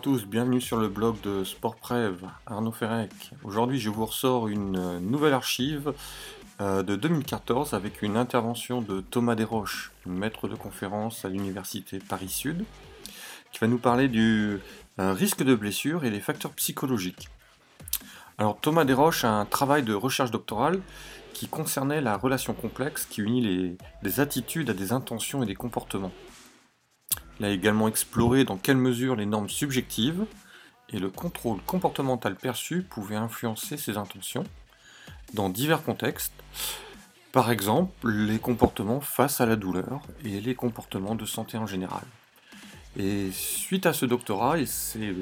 tous, bienvenue sur le blog de SportPrev, Arnaud Ferrec. Aujourd'hui, je vous ressors une nouvelle archive de 2014 avec une intervention de Thomas Desroches, maître de conférence à l'université Paris-Sud, qui va nous parler du risque de blessure et les facteurs psychologiques. Alors, Thomas Desroches a un travail de recherche doctorale qui concernait la relation complexe qui unit des attitudes à des intentions et des comportements. Il a également exploré dans quelle mesure les normes subjectives et le contrôle comportemental perçu pouvaient influencer ces intentions dans divers contextes, par exemple les comportements face à la douleur et les comportements de santé en général. Et suite à ce doctorat, il s'est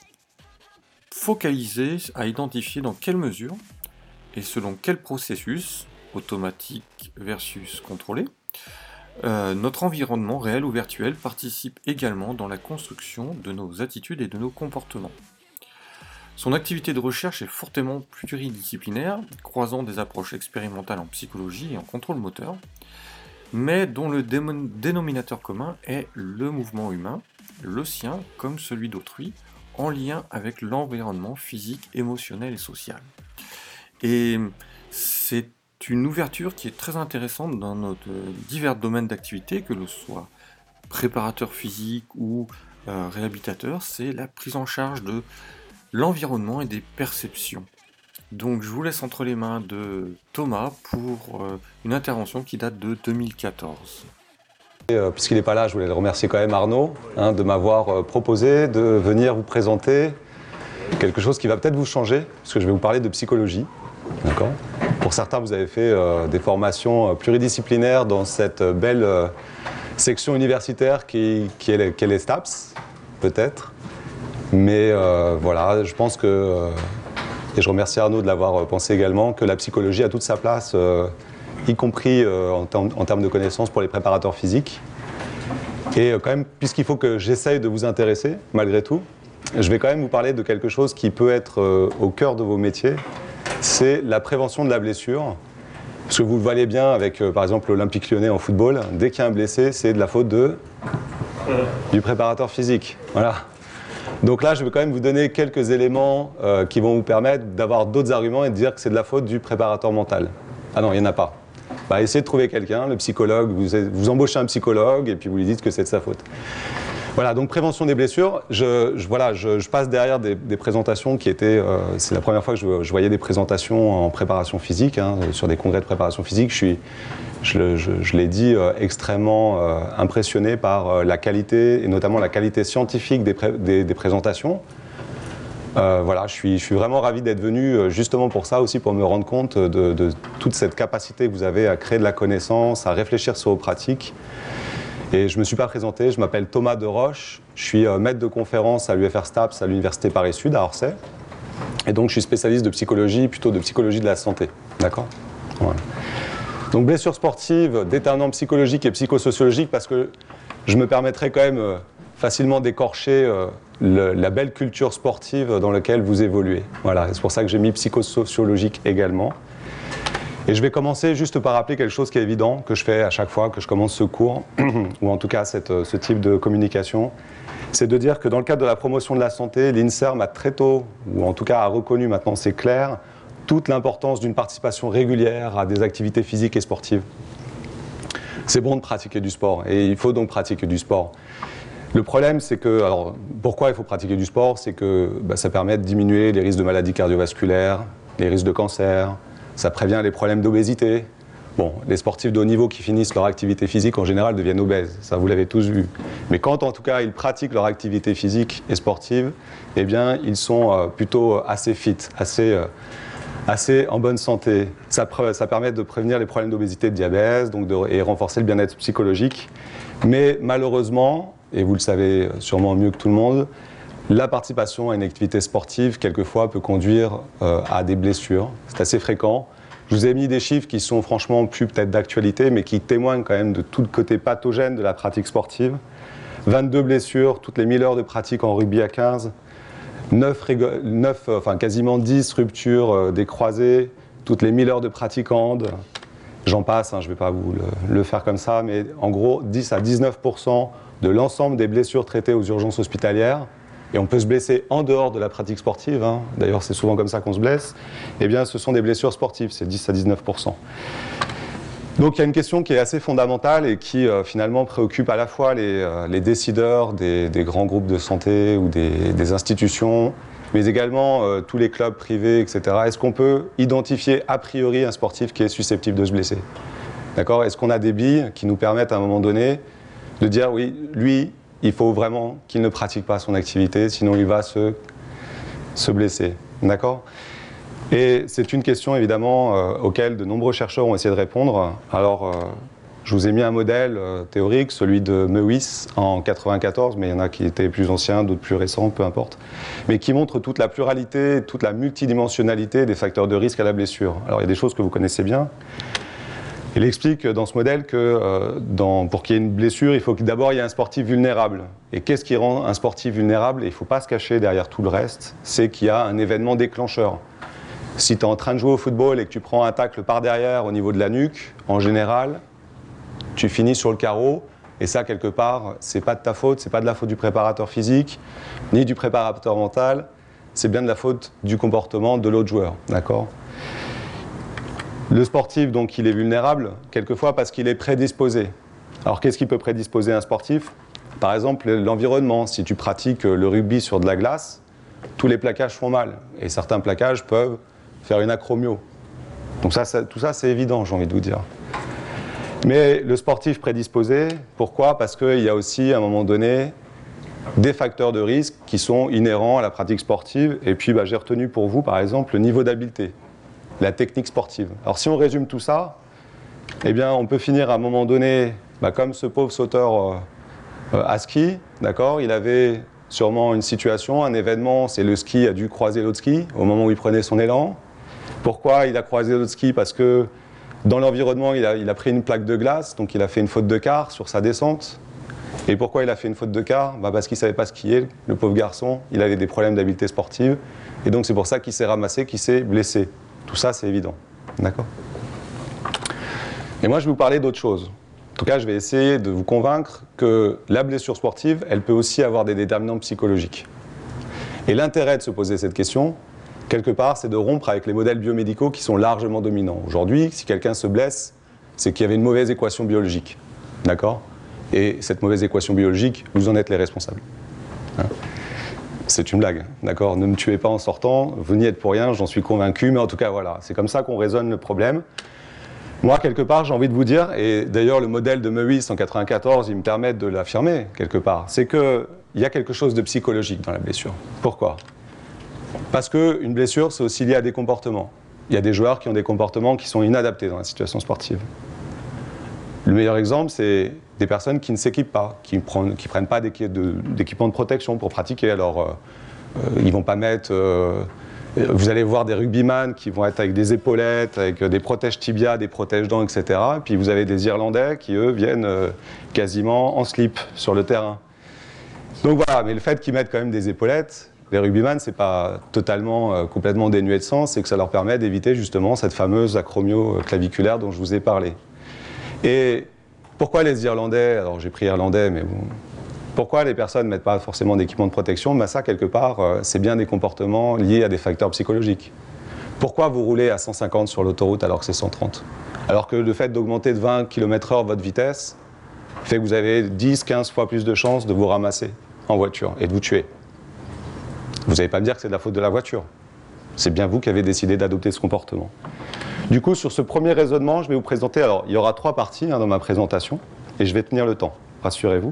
focalisé à identifier dans quelle mesure et selon quel processus, automatique versus contrôlé, notre environnement réel ou virtuel participe également dans la construction de nos attitudes et de nos comportements. Son activité de recherche est fortement pluridisciplinaire, croisant des approches expérimentales en psychologie et en contrôle moteur, mais dont le dénominateur commun est le mouvement humain, le sien comme celui d'autrui, en lien avec l'environnement physique, émotionnel et social. Et c'est une ouverture qui est très intéressante dans nos divers domaines d'activité, que l'on soit préparateur physique ou réhabilitateur, c'est la prise en charge de l'environnement et des perceptions. Donc je vous laisse entre les mains de Thomas pour une intervention qui date de 2014. Puisqu'il n'est pas là, je voulais le remercier quand même Arnaud de m'avoir proposé de venir vous présenter quelque chose qui va peut-être vous changer, parce que je vais vous parler de psychologie. D'accord ? Pour certains, vous avez fait des formations pluridisciplinaires dans cette belle section universitaire qu'est les STAPS, peut-être. Mais voilà, je pense que, et je remercie Arnaud de l'avoir pensé également, que la psychologie a toute sa place, y compris en termes de connaissances pour les préparateurs physiques. Et quand même, puisqu'il faut que j'essaye de vous intéresser, malgré tout, je vais quand même vous parler de quelque chose qui peut être au cœur de vos métiers. C'est la prévention de la blessure. Parce que vous le voyez bien avec, par exemple, l'Olympique Lyonnais en football, dès qu'il y a un blessé, c'est de la faute du préparateur physique. Voilà. Donc là, je vais quand même vous donner quelques éléments qui vont vous permettre d'avoir d'autres arguments et de dire que c'est de la faute du préparateur mental. Ah non, il n'y en a pas. Bah, essayez de trouver quelqu'un, le psychologue, vous embauchez un psychologue et puis vous lui dites que c'est de sa faute. Voilà, donc prévention des blessures, je passe derrière des présentations qui étaient, c'est la première fois que je voyais des présentations en préparation physique, sur des congrès de préparation physique. Je l'ai dit, extrêmement impressionné par la qualité, et notamment la qualité scientifique des présentations. Voilà, je suis vraiment ravi d'être venu justement pour ça aussi, pour me rendre compte de toute cette capacité que vous avez à créer de la connaissance, à réfléchir sur vos pratiques. Et je ne me suis pas présenté, je m'appelle Thomas Desroches, je suis maître de conférence à l'UFR STAPS à l'université Paris-Sud à Orsay. Et donc je suis spécialiste de psychologie, plutôt de psychologie de la santé. D'accord ? Voilà. Donc blessures sportives, déterminants psychologiques et psychosociologiques, parce que je me permettrai quand même facilement d'écorcher la belle culture sportive dans laquelle vous évoluez. Voilà, c'est pour ça que j'ai mis psychosociologique également. Et je vais commencer juste par rappeler quelque chose qui est évident, que je fais à chaque fois que je commence ce cours, ou en tout cas ce type de communication, c'est de dire que dans le cadre de la promotion de la santé, l'INSERM a très tôt, ou en tout cas a reconnu, maintenant c'est clair, toute l'importance d'une participation régulière à des activités physiques et sportives. C'est bon de pratiquer du sport, et il faut donc pratiquer du sport. Le problème, c'est que, alors pourquoi il faut pratiquer du sport ? C'est que ça permet de diminuer les risques de maladies cardiovasculaires, les risques de cancer, ça prévient les problèmes d'obésité. Bon, les sportifs de haut niveau qui finissent leur activité physique, en général, deviennent obèses. Ça, vous l'avez tous vu. Mais quand, en tout cas, ils pratiquent leur activité physique et sportive, eh bien, ils sont plutôt assez fit, assez en bonne santé. Ça permet de prévenir les problèmes d'obésité et de diabète, donc et renforcer le bien-être psychologique. Mais malheureusement, et vous le savez sûrement mieux que tout le monde, la participation à une activité sportive, quelquefois, peut conduire à des blessures. C'est assez fréquent. Je vous ai mis des chiffres qui sont franchement plus peut-être d'actualité, mais qui témoignent quand même de tout le côté pathogène de la pratique sportive. 22 blessures, toutes les 1000 heures de pratique en rugby à 15. Quasiment 10 ruptures des croisés, toutes les 1000 heures de pratique en hand. J'en passe, je ne vais pas vous le faire comme ça, mais en gros, 10 à 19% de l'ensemble des blessures traitées aux urgences hospitalières et on peut se blesser en dehors de la pratique sportive, hein, d'ailleurs c'est souvent comme ça qu'on se blesse, eh bien ce sont des blessures sportives, c'est 10 à 19%. Donc il y a une question qui est assez fondamentale et qui finalement préoccupe à la fois les décideurs des grands groupes de santé ou des institutions, mais également tous les clubs privés, etc. Est-ce qu'on peut identifier a priori un sportif qui est susceptible de se blesser? D'accord? Est-ce qu'on a des billes qui nous permettent à un moment donné de dire oui, lui, il faut vraiment qu'il ne pratique pas son activité, sinon il va se blesser. D'accord? Et c'est une question évidemment auquel de nombreux chercheurs ont essayé de répondre. Alors, je vous ai mis un modèle théorique, celui de Mewis en 1994, mais il y en a qui étaient plus anciens, d'autres plus récents, peu importe, mais qui montre toute la pluralité, toute la multidimensionnalité des facteurs de risque à la blessure. Alors, il y a des choses que vous connaissez bien. Il explique dans ce modèle que pour qu'il y ait une blessure, il faut que d'abord il y ait un sportif vulnérable. Et qu'est-ce qui rend un sportif vulnérable? Et il ne faut pas se cacher derrière tout le reste, c'est qu'il y a un événement déclencheur. Si tu es en train de jouer au football et que tu prends un tacle par derrière au niveau de la nuque, en général, tu finis sur le carreau. Et ça, quelque part, c'est pas de ta faute, c'est pas de la faute du préparateur physique, ni du préparateur mental, c'est bien de la faute du comportement de l'autre joueur. D'accord ? Le sportif, donc, il est vulnérable, quelquefois parce qu'il est prédisposé. Alors, qu'est-ce qui peut prédisposer un sportif? Par exemple, l'environnement. Si tu pratiques le rugby sur de la glace, tous les plaquages font mal. Et certains plaquages peuvent faire une acromio. Donc tout ça, c'est évident, j'ai envie de vous dire. Mais le sportif prédisposé, pourquoi? Parce qu'il y a aussi, à un moment donné, des facteurs de risque qui sont inhérents à la pratique sportive. Et puis, j'ai retenu pour vous, par exemple, le niveau d'habileté, la technique sportive. Alors, si on résume tout ça, eh bien, on peut finir à un moment donné, comme ce pauvre sauteur à ski, d'accord? Il avait sûrement une situation, un événement, c'est le ski a dû croiser l'autre ski au moment où il prenait son élan. Pourquoi il a croisé l'autre ski? Parce que dans l'environnement, il a pris une plaque de glace, donc il a fait une faute de quart sur sa descente. Et pourquoi il a fait une faute de quart? Parce qu'il ne savait pas skier, le pauvre garçon, il avait des problèmes d'habileté sportive. Et donc c'est pour ça qu'il s'est ramassé, qu'il s'est blessé. Tout ça, c'est évident. D'accord? Et moi, je vais vous parler d'autre chose. En tout cas, je vais essayer de vous convaincre que la blessure sportive, elle peut aussi avoir des déterminants psychologiques. Et l'intérêt de se poser cette question, quelque part, c'est de rompre avec les modèles biomédicaux qui sont largement dominants. Aujourd'hui, si quelqu'un se blesse, c'est qu'il y avait une mauvaise équation biologique. D'accord? Et cette mauvaise équation biologique, vous en êtes les responsables. Hein? C'est une blague, d'accord? Ne me tuez pas en sortant, vous n'y êtes pour rien, j'en suis convaincu, mais en tout cas, voilà, c'est comme ça qu'on raisonne le problème. Moi, quelque part, j'ai envie de vous dire, et d'ailleurs le modèle de Mewis en 1994, il me permet de l'affirmer, quelque part, c'est qu'il y a quelque chose de psychologique dans la blessure. Pourquoi? Parce qu'une blessure, c'est aussi lié à des comportements. Il y a des joueurs qui ont des comportements qui sont inadaptés dans la situation sportive. Le meilleur exemple, c'est des personnes qui ne s'équipent pas, qui ne prennent pas d'équipement de protection pour pratiquer. Alors, ils ne vont pas mettre... vous allez voir des rugbyman qui vont être avec des épaulettes, avec des protèges tibia, des protèges dents, etc. Puis vous avez des Irlandais qui, eux, viennent quasiment en slip sur le terrain. Donc voilà, mais le fait qu'ils mettent quand même des épaulettes, les rugbyman, c'est pas totalement, complètement dénué de sens, c'est que ça leur permet d'éviter justement cette fameuse acromio claviculaire dont je vous ai parlé. Et pourquoi les Irlandais, alors j'ai pris Irlandais, mais bon, pourquoi les personnes ne mettent pas forcément d'équipement de protection? Ça, quelque part, c'est bien des comportements liés à des facteurs psychologiques. Pourquoi vous roulez à 150 sur l'autoroute alors que c'est 130? Alors que le fait d'augmenter de 20 km/h votre vitesse fait que vous avez 10-15 fois plus de chances de vous ramasser en voiture et de vous tuer. Vous n'allez pas me dire que c'est de la faute de la voiture. C'est bien vous qui avez décidé d'adopter ce comportement. Du coup, sur ce premier raisonnement, je vais vous présenter... Alors, il y aura 3 parties dans ma présentation, et je vais tenir le temps, rassurez-vous.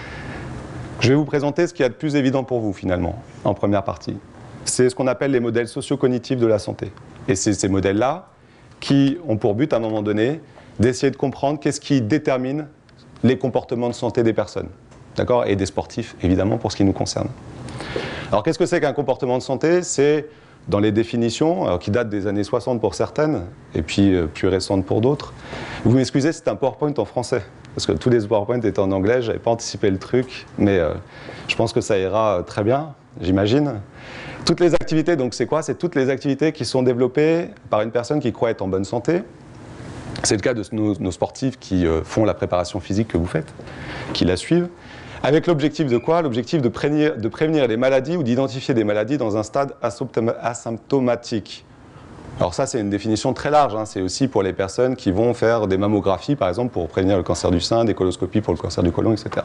Je vais vous présenter ce qu'il y a de plus évident pour vous, finalement, en première partie. C'est ce qu'on appelle les modèles socio-cognitifs de la santé. Et c'est ces modèles-là qui ont pour but, à un moment donné, d'essayer de comprendre qu'est-ce qui détermine les comportements de santé des personnes. D'accord? Et des sportifs, évidemment, pour ce qui nous concerne. Alors, qu'est-ce que c'est qu'un comportement de santé? C'est, dans les définitions, alors, qui datent des années 60 pour certaines, et puis plus récentes pour d'autres. Vous m'excusez, c'est un PowerPoint en français. Parce que tous les PowerPoints étaient en anglais, je n'avais pas anticipé le truc, mais je pense que ça ira très bien, j'imagine. Toutes les activités, donc c'est quoi? C'est toutes les activités qui sont développées par une personne qui croit être en bonne santé. C'est le cas de nos sportifs qui font la préparation physique que vous faites, qui la suivent. Avec l'objectif de quoi? L'objectif de prévenir les maladies ou d'identifier des maladies dans un stade asymptomatique. Alors ça, c'est une définition très large, hein. C'est aussi pour les personnes qui vont faire des mammographies, par exemple, pour prévenir le cancer du sein, des coloscopies pour le cancer du côlon, etc.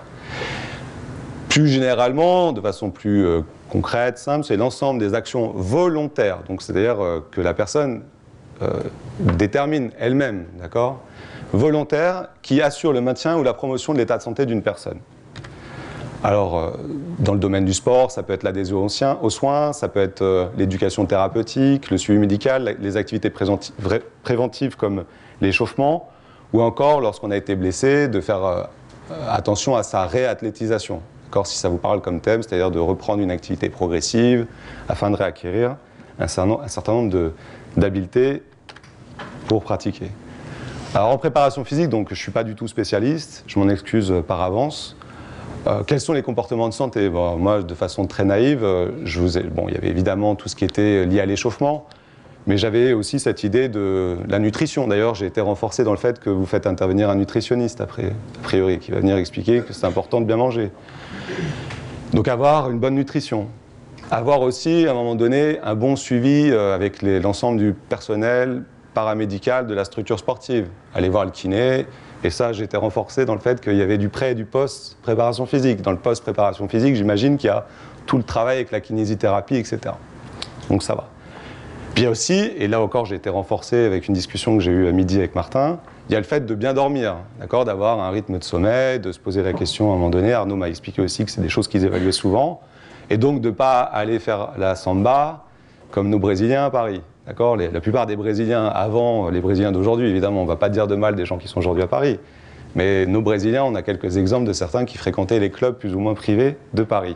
Plus généralement, de façon plus concrète, simple, c'est l'ensemble des actions volontaires. Donc c'est-à-dire que la personne détermine elle-même, d'accord, volontaire, qui assure le maintien ou la promotion de l'état de santé d'une personne. Alors, dans le domaine du sport, ça peut être l'adhésion aux soins, ça peut être l'éducation thérapeutique, le suivi médical, les activités préventives comme l'échauffement, ou encore, lorsqu'on a été blessé, de faire attention à sa réathlétisation. Si ça vous parle comme thème, c'est-à-dire de reprendre une activité progressive afin de réacquérir un certain nombre d'habiletés pour pratiquer. Alors, en préparation physique, donc, je ne suis pas du tout spécialiste, je m'en excuse par avance. Quels sont les comportements de santé? Bon, moi, de façon très naïve, il y avait évidemment tout ce qui était lié à l'échauffement, mais j'avais aussi cette idée de la nutrition. D'ailleurs, j'ai été renforcé dans le fait que vous faites intervenir un nutritionniste, a priori, qui va venir expliquer que c'est important de bien manger. Donc avoir une bonne nutrition. Avoir aussi, à un moment donné, un bon suivi avec l'ensemble du personnel paramédical de la structure sportive. Aller voir le kiné. Et ça, j'ai été renforcé dans le fait qu'il y avait du pré et du post-préparation physique. Dans le post-préparation physique, j'imagine qu'il y a tout le travail avec la kinésithérapie, etc. Donc ça va. Puis il y a aussi, et là encore j'ai été renforcé avec une discussion que j'ai eue à midi avec Martin, il y a le fait de bien dormir, d'accord, d'avoir un rythme de sommeil, de se poser la question à un moment donné. Arnaud m'a expliqué aussi que c'est des choses qu'ils évaluaient souvent. Et donc de ne pas aller faire la samba comme nos Brésiliens à Paris. D'accord, la plupart des Brésiliens, avant les Brésiliens d'aujourd'hui, évidemment, on ne va pas dire de mal des gens qui sont aujourd'hui à Paris, mais nos Brésiliens, on a quelques exemples de certains qui fréquentaient les clubs plus ou moins privés de Paris.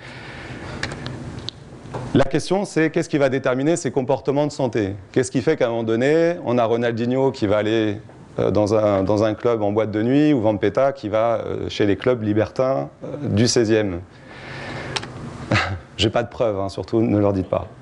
La question, c'est qu'est-ce qui va déterminer ces comportements de santé? Qu'est-ce qui fait qu'à un moment donné, on a Ronaldinho qui va aller dans un club en boîte de nuit, ou Vampeta qui va chez les clubs libertins du 16e? J'ai pas de preuves, hein, surtout ne leur dites pas.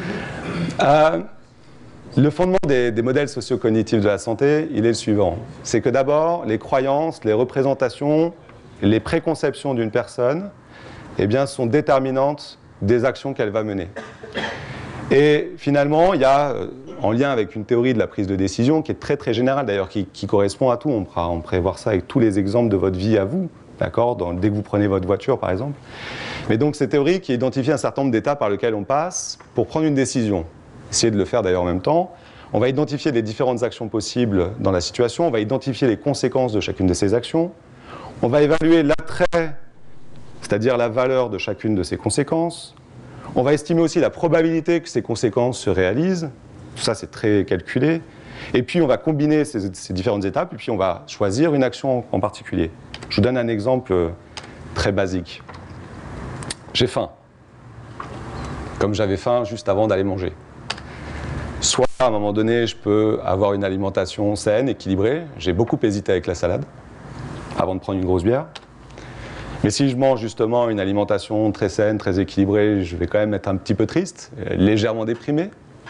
Le fondement des modèles socio-cognitifs de la santé, il est le suivant. C'est que d'abord, les croyances, les représentations, les préconceptions d'une personne, eh bien, sont déterminantes des actions qu'elle va mener. Et finalement, il y a, en lien avec une théorie de la prise de décision qui est très très générale d'ailleurs, qui correspond à tout, on pourrait voir ça avec tous les exemples de votre vie à vous, d'accord, dès que vous prenez votre voiture par exemple. Mais donc cette théorie qui identifie un certain nombre d'étapes par lesquelles on passe pour prendre une décision. Essayez de le faire d'ailleurs en même temps. On va identifier les différentes actions possibles dans la situation, on va identifier les conséquences de chacune de ces actions, on va évaluer l'attrait, c'est-à-dire la valeur de chacune de ces conséquences, on va estimer aussi la probabilité que ces conséquences se réalisent, tout ça c'est très calculé, et puis on va combiner ces différentes étapes, et puis on va choisir une action en particulier. Je vous donne un exemple très basique. J'ai faim, comme j'avais faim juste avant d'aller manger. Soit, à un moment donné, je peux avoir une alimentation saine, équilibrée. J'ai beaucoup hésité avec la salade, avant de prendre une grosse bière. Mais si je mange justement une alimentation très saine, très équilibrée, je vais quand même être un petit peu triste, légèrement déprimé.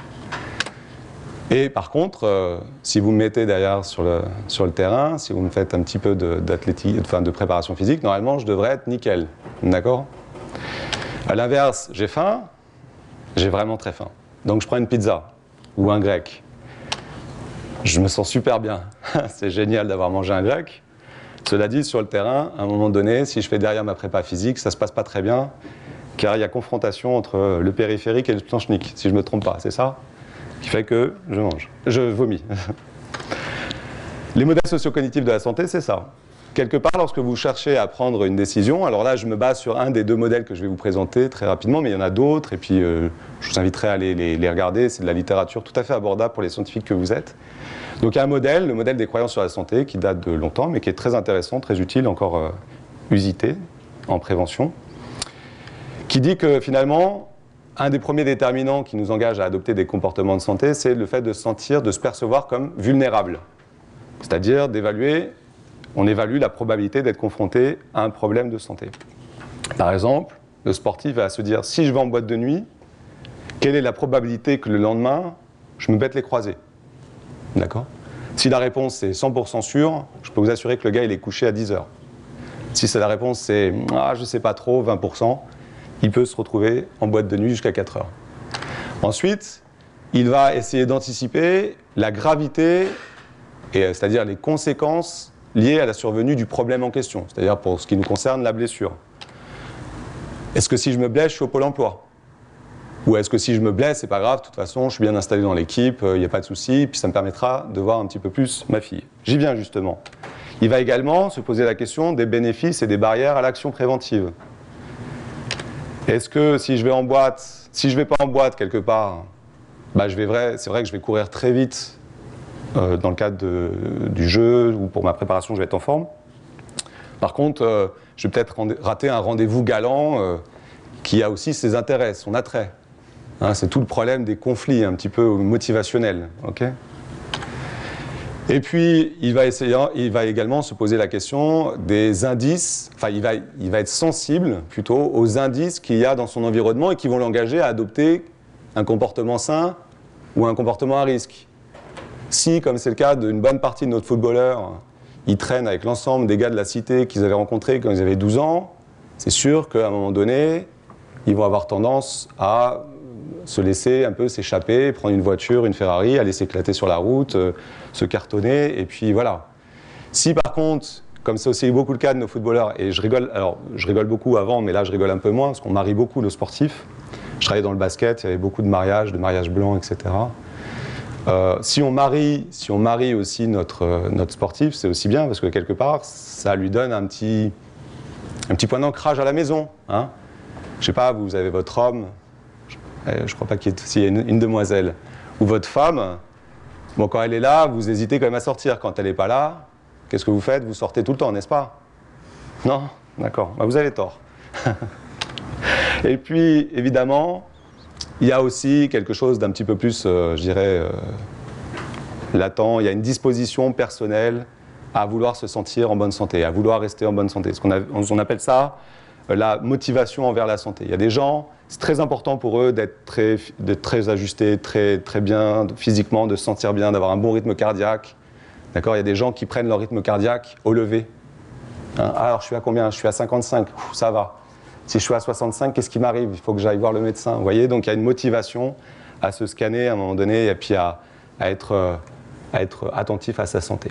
Et par contre, si vous me mettez derrière sur le terrain, si vous me faites un petit peu de préparation physique, normalement, je devrais être nickel. D'accord ? À l'inverse, j'ai faim, j'ai vraiment très faim. Donc je prends une pizza. Ou un grec. Je me sens super bien. C'est génial d'avoir mangé un grec. Cela dit, sur le terrain, à un moment donné, si je fais derrière ma prépa physique, ça ne se passe pas très bien, car il y a confrontation entre le périphérique et le planchnique, si je ne me trompe pas, c'est ça qui fait que je vomis. Les modèles socio-cognitifs de la santé, c'est ça. Quelque part, lorsque vous cherchez à prendre une décision, alors là, je me base sur un des deux modèles que je vais vous présenter très rapidement, mais il y en a d'autres, et puis je vous inviterai à aller les regarder. C'est de la littérature tout à fait abordable pour les scientifiques que vous êtes. Donc il y a un modèle, le modèle des croyances sur la santé, qui date de longtemps, mais qui est très intéressant, très utile, encore usité en prévention, qui dit que finalement, un des premiers déterminants qui nous engage à adopter des comportements de santé, c'est le fait de se percevoir comme vulnérable. C'est-à-dire on évalue la probabilité d'être confronté à un problème de santé. Par exemple, le sportif va se dire, si je vais en boîte de nuit, quelle est la probabilité que le lendemain, je me bête les croisés? D'accord? Si la réponse est 100% sûre, je peux vous assurer que le gars il est couché à 10 heures. Si la réponse c'est « Ah, je ne sais pas trop, 20%, il peut se retrouver en boîte de nuit jusqu'à 4 heures. Ensuite, il va essayer d'anticiper la gravité, c'est-à-dire les conséquences liées à la survenue du problème en question, c'est-à-dire pour ce qui nous concerne, la blessure. Est-ce que si je me blesse, je suis au Pôle emploi? Ou est-ce que si je me blesse, c'est pas grave, de toute façon, je suis bien installé dans l'équipe, il n'y a pas de souci, puis ça me permettra de voir un petit peu plus ma fille. J'y viens justement. Il va également se poser la question des bénéfices et des barrières à l'action préventive. Est-ce que si je vais en boîte, si je ne vais pas en boîte quelque part, bah c'est vrai que je vais courir très vite dans le cadre du jeu ou pour ma préparation, je vais être en forme. Par contre, je vais peut-être rater un rendez-vous galant qui a aussi ses intérêts, son attrait. Hein, c'est tout le problème des conflits un petit peu motivationnels. Okay, et puis, il va également se poser la question des indices, enfin, il va être sensible plutôt aux indices qu'il y a dans son environnement et qui vont l'engager à adopter un comportement sain ou un comportement à risque. Si, comme c'est le cas d'une bonne partie de notre footballeurs, ils traînent avec l'ensemble des gars de la cité qu'ils avaient rencontrés quand ils avaient 12 ans, c'est sûr qu'à un moment donné, ils vont avoir tendance à se laisser un peu s'échapper, prendre une voiture, une Ferrari, aller s'éclater sur la route, se cartonner, et puis voilà. Si par contre, comme c'est aussi beaucoup le cas de nos footballeurs, et je rigole beaucoup avant, mais là je rigole un peu moins, parce qu'on marie beaucoup nos sportifs. Je travaillais dans le basket, il y avait beaucoup de mariages blancs, etc. Si on marie aussi notre sportif, c'est aussi bien, parce que quelque part, ça lui donne un petit point d'ancrage à la maison. Hein. Je sais pas, vous avez votre homme, je ne crois pas qu'il y ait une demoiselle, ou votre femme, bon, quand elle est là, vous hésitez quand même à sortir. Quand elle n'est pas là, qu'est-ce que vous faites? Vous sortez tout le temps, n'est-ce pas? Non? D'accord, bah, vous avez tort. Et puis, évidemment, il y a aussi quelque chose d'un petit peu plus, je dirais, latent. Il y a une disposition personnelle à vouloir se sentir en bonne santé, à vouloir rester en bonne santé. On appelle ça la motivation envers la santé. Il y a des gens, c'est très important pour eux d'être très ajustés, très bien physiquement, de se sentir bien, d'avoir un bon rythme cardiaque. D'accord ? Il y a des gens qui prennent leur rythme cardiaque au lever. Hein, alors, je suis à combien? Je suis à 55. Ça va. Si je suis à 65, qu'est-ce qui m'arrive? Il faut que j'aille voir le médecin. Vous voyez? Donc, il y a une motivation à se scanner à un moment donné et puis à être attentif à sa santé.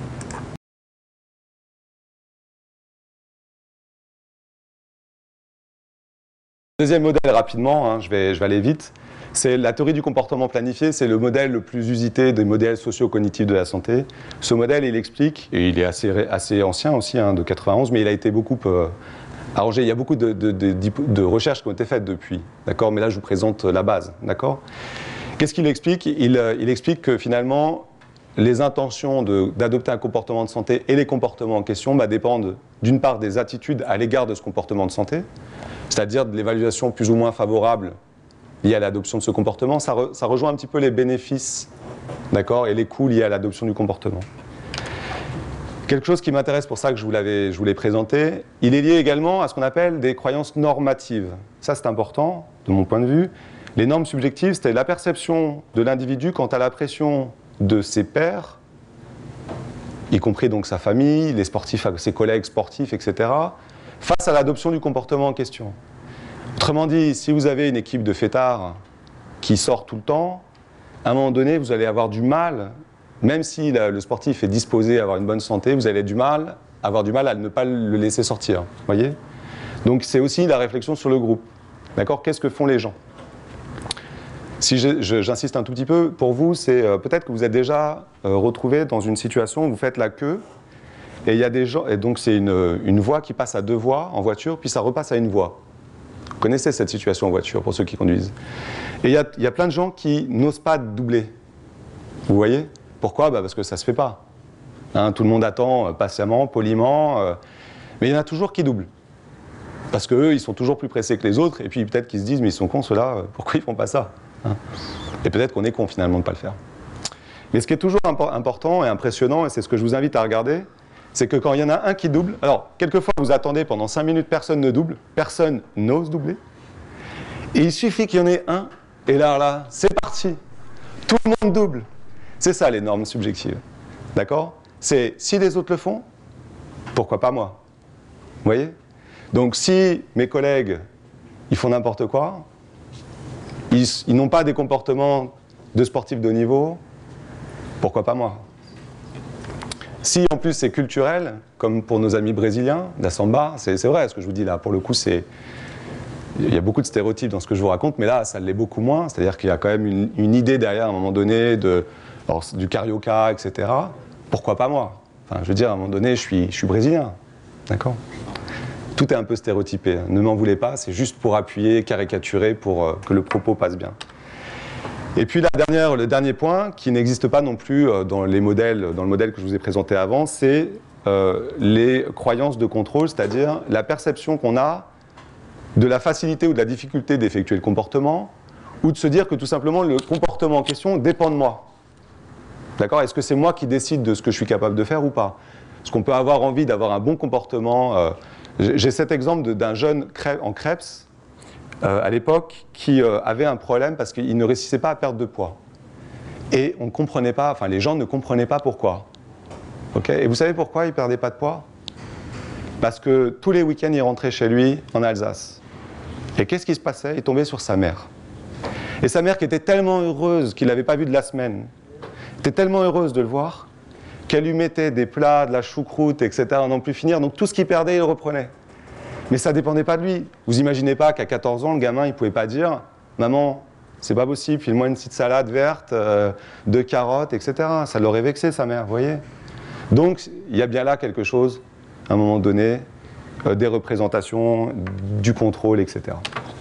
Deuxième modèle, rapidement, hein, je vais aller vite, c'est la théorie du comportement planifié, c'est le modèle le plus usité des modèles socio-cognitifs de la santé. Ce modèle, il explique, et il est assez ancien aussi, hein, de 91, mais il a été beaucoup arrangé. Il y a beaucoup de recherches qui ont été faites depuis, d'accord ? Mais là, je vous présente la base, d'accord ? Qu'est-ce qu'il explique ? Il explique que finalement, les intentions d'adopter un comportement de santé et les comportements en question dépendent d'une part des attitudes à l'égard de ce comportement de santé, c'est-à-dire de l'évaluation plus ou moins favorable liée à l'adoption de ce comportement. Ça rejoint un petit peu les bénéfices, d'accord, et les coûts liés à l'adoption du comportement. Quelque chose qui m'intéresse, pour ça que je vous l'ai présenté, il est lié également à ce qu'on appelle des croyances normatives. Ça, c'est important, de mon point de vue. Les normes subjectives, c'était la perception de l'individu quant à la pression de ses pairs, y compris donc sa famille, les sportifs, ses collègues sportifs, etc., face à l'adoption du comportement en question. Autrement dit, si vous avez une équipe de fêtards qui sort tout le temps, à un moment donné, vous allez avoir du mal, même si le sportif est disposé à avoir une bonne santé, vous allez avoir du mal à ne pas le laisser sortir. Voyez ? Donc c'est aussi la réflexion sur le groupe. D'accord ? Qu'est-ce que font les gens ? Si j'insiste un tout petit peu, pour vous, c'est peut-être que vous êtes déjà retrouvé dans une situation où vous faites la queue, et il y a des gens, et donc c'est une voie qui passe à deux voies en voiture, puis ça repasse à une voie. Vous connaissez cette situation en voiture, pour ceux qui conduisent. Et il y a plein de gens qui n'osent pas doubler. Vous voyez ? Pourquoi ? Parce que ça ne se fait pas. Hein, tout le monde attend patiemment, poliment, mais il y en a toujours qui doublent. Parce qu'eux, ils sont toujours plus pressés que les autres, et puis peut-être qu'ils se disent, mais ils sont cons ceux-là, pourquoi ils ne font pas ça ? Hein ? Et peut-être qu'on est con finalement de ne pas le faire. Mais ce qui est toujours important et impressionnant, et c'est ce que je vous invite à regarder, c'est que quand il y en a un qui double, alors quelquefois vous attendez pendant 5 minutes, personne ne double, personne n'ose doubler, et il suffit qu'il y en ait un, et là, c'est parti, tout le monde double. C'est ça les normes subjectives, d'accord ? C'est si les autres le font, pourquoi pas moi ? voyez? Donc si mes collègues, ils font n'importe quoi, ils n'ont pas des comportements de sportifs de haut niveau, pourquoi pas moi? Si en plus c'est culturel, comme pour nos amis brésiliens, la samba, c'est vrai ce que je vous dis là, pour le coup il y a beaucoup de stéréotypes dans ce que je vous raconte, mais là ça l'est beaucoup moins, c'est-à-dire qu'il y a quand même une idée derrière à un moment donné du carioca, etc. Pourquoi pas moi? Enfin, je veux dire, à un moment donné, je suis brésilien, d'accord? Tout est un peu stéréotypé, hein. Ne m'en voulez pas, c'est juste pour appuyer, caricaturer, pour que le propos passe bien. Et puis le dernier point, qui n'existe pas non plus dans le modèle que je vous ai présenté avant, c'est les croyances de contrôle, c'est-à-dire la perception qu'on a de la facilité ou de la difficulté d'effectuer le comportement, ou de se dire que tout simplement le comportement en question dépend de moi. D'accord? Est-ce que c'est moi qui décide de ce que je suis capable de faire ou pas? Est-ce qu'on peut avoir envie d'avoir un bon comportement? J'ai cet exemple d'un jeune en Krebs, à l'époque, qui avait un problème parce qu'il ne réussissait pas à perdre de poids. Et on comprenait pas, enfin les gens ne comprenaient pas pourquoi. Okay? Et vous savez pourquoi il ne perdait pas de poids? Parce que tous les week-ends, il rentrait chez lui en Alsace. Et qu'est-ce qui se passait? Il tombait sur sa mère. Et sa mère qui était tellement heureuse qu'il n'avait pas vu de la semaine, était tellement heureuse de le voir, qu'elle lui mettait des plats, de la choucroute, etc. à n'en plus finir. Donc tout ce qu'il perdait, il le reprenait. Mais ça ne dépendait pas de lui. Vous imaginez pas qu'à 14 ans, le gamin, il ne pouvait pas dire « Maman, c'est pas possible, file-moi une petite salade verte, 2 carottes, etc. » Ça l'aurait vexé, sa mère, vous voyez? Donc, il y a bien là quelque chose, à un moment donné, des représentations, du contrôle, etc.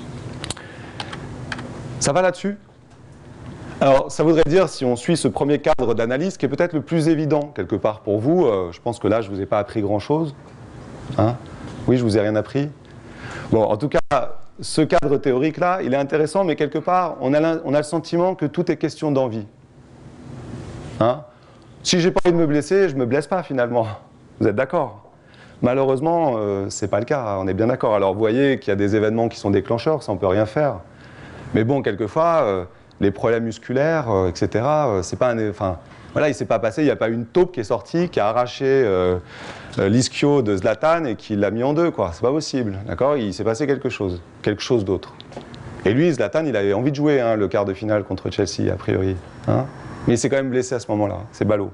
Ça va là-dessus? Alors, ça voudrait dire, si on suit ce premier cadre d'analyse, qui est peut-être le plus évident, quelque part, pour vous, je pense que là, je ne vous ai pas appris grand-chose. Hein? Oui, je ne vous ai rien appris. Bon, en tout cas, ce cadre théorique-là, il est intéressant, mais quelque part, on a le sentiment que tout est question d'envie. Hein? Si je n'ai pas envie de me blesser, je ne me blesse pas, finalement. Vous êtes d'accord? Malheureusement, ce n'est pas le cas, on est bien d'accord. Alors, vous voyez qu'il y a des événements qui sont déclencheurs, ça, on ne peut rien faire. Mais bon, quelquefois, les problèmes musculaires, etc., c'est pas enfin, voilà, il ne s'est pas passé, il n'y a pas une taupe qui est sortie, qui a arraché l'ischio de Zlatan et qui l'a mis en deux, quoi. C'est pas possible, d'accord? Il s'est passé quelque chose d'autre. Et lui, Zlatan, il avait envie de jouer hein, le quart de finale contre Chelsea, a priori. Hein, mais il s'est quand même blessé à ce moment-là, c'est ballot.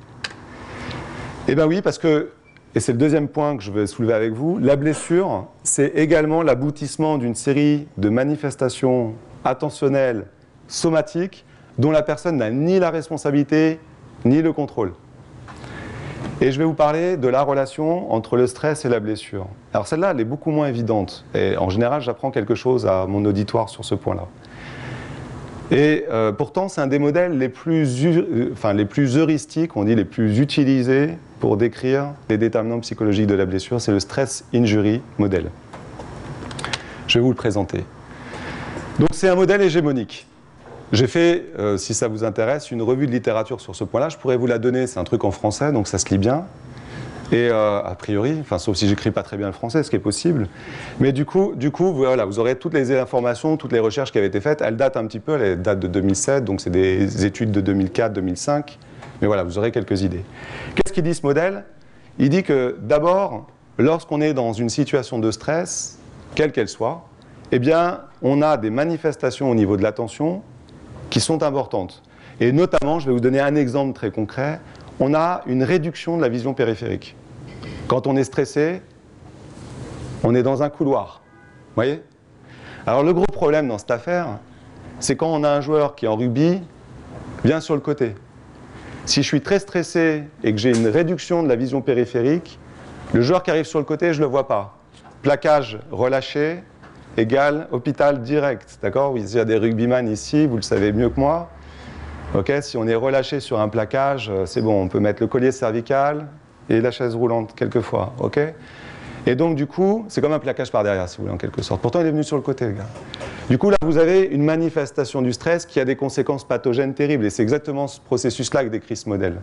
Eh bien oui, parce que, et c'est le deuxième point que je vais soulever avec vous, la blessure, c'est également l'aboutissement d'une série de manifestations attentionnelles, somatiques, dont la personne n'a ni la responsabilité, ni le contrôle. Et je vais vous parler de la relation entre le stress et la blessure. Alors celle-là, elle est beaucoup moins évidente. Et en général, j'apprends quelque chose à mon auditoire sur ce point-là. Et pourtant, c'est un des modèles les plus heuristiques, on dit les plus utilisés pour décrire les déterminants psychologiques de la blessure. C'est le Stress Injury Model. Je vais vous le présenter. Donc c'est un modèle hégémonique. J'ai fait, si ça vous intéresse, une revue de littérature sur ce point-là. Je pourrais vous la donner, c'est un truc en français, donc ça se lit bien. Et a priori, enfin, sauf si j'écris pas très bien le français, ce qui est possible. Mais du coup voilà, vous aurez toutes les informations, toutes les recherches qui avaient été faites. Elles datent un petit peu, elles datent de 2007, donc c'est des études de 2004, 2005. Mais voilà, vous aurez quelques idées. Qu'est-ce qu'il dit ce modèle? Il dit que d'abord, lorsqu'on est dans une situation de stress, quelle qu'elle soit, eh bien, on a des manifestations au niveau de l'attention qui sont importantes. Et notamment, je vais vous donner un exemple très concret, on a une réduction de la vision périphérique. Quand on est stressé, on est dans un couloir. Vous voyez? Alors le gros problème dans cette affaire, c'est quand on a un joueur qui en rugby vient sur le côté. Si je suis très stressé et que j'ai une réduction de la vision périphérique, le joueur qui arrive sur le côté, je ne le vois pas. Plaquage relâché égale hôpital direct. D'accord? Il y a des rugbyman ici, vous le savez mieux que moi. Okay, si on est relâché sur un plaquage, c'est bon, on peut mettre le collier cervical et la chaise roulante quelquefois. Okay, et donc du coup, c'est comme un plaquage par derrière, si vous voulez, en quelque sorte. Pourtant, il est venu sur le côté, le gars. Du coup, là, vous avez une manifestation du stress qui a des conséquences pathogènes terribles. Et c'est exactement ce processus-là que décrit ce modèle.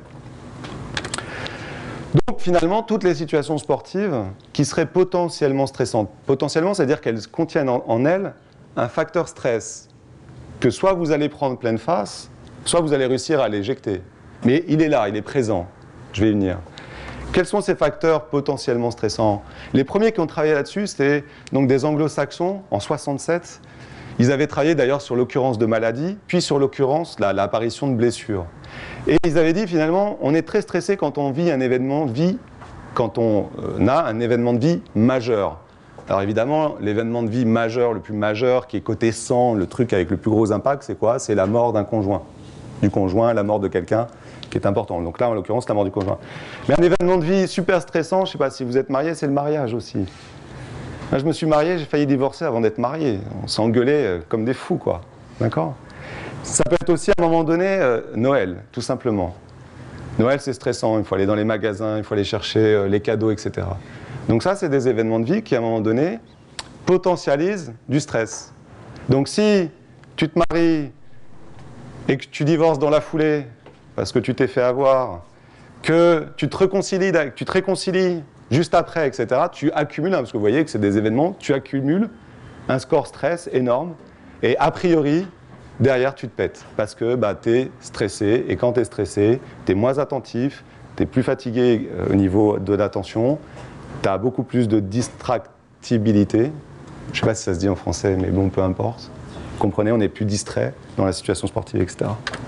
Donc, finalement, toutes les situations sportives qui seraient potentiellement stressantes, potentiellement, c'est-à-dire qu'elles contiennent en elles un facteur stress que soit vous allez prendre pleine face, soit vous allez réussir à l'éjecter. Mais il est là, il est présent. Je vais y venir. Quels sont ces facteurs potentiellement stressants? Les premiers qui ont travaillé là-dessus, c'était donc des anglo-saxons en 67. Ils avaient travaillé d'ailleurs sur l'occurrence de maladies, puis sur l'occurrence, l'apparition de blessures. Et ils avaient dit finalement, on est très stressé quand on vit un événement de vie, quand on a un événement de vie majeur. Alors évidemment, l'événement de vie majeur, le plus majeur, qui est coté 100, le truc avec le plus gros impact, c'est quoi? C'est la mort d'un conjoint. Du conjoint, la mort de quelqu'un qui est important. Donc là, en l'occurrence, la mort du conjoint. Mais un événement de vie super stressant, je ne sais pas si vous êtes marié, c'est le mariage aussi. Là, je me suis marié, j'ai failli divorcer avant d'être marié. On s'engueulait comme des fous, quoi. D'accord? Ça peut être aussi, à un moment donné, Noël, tout simplement. Noël, c'est stressant. Il faut aller dans les magasins, il faut aller chercher les cadeaux, etc. Donc ça, c'est des événements de vie qui, à un moment donné, potentialisent du stress. Donc si tu te maries et que tu divorces dans la foulée, parce que tu t'es fait avoir, que tu te réconcilies juste après, etc., tu accumules, parce que vous voyez que c'est des événements, tu accumules un score stress énorme, et a priori, derrière, tu te pètes, parce que tu es stressé, et quand tu es stressé, tu es moins attentif, tu es plus fatigué au niveau de l'attention, tu as beaucoup plus de distractibilité, je ne sais pas si ça se dit en français, mais bon, peu importe. Vous comprenez, on est plus distrait dans la situation sportive, etc.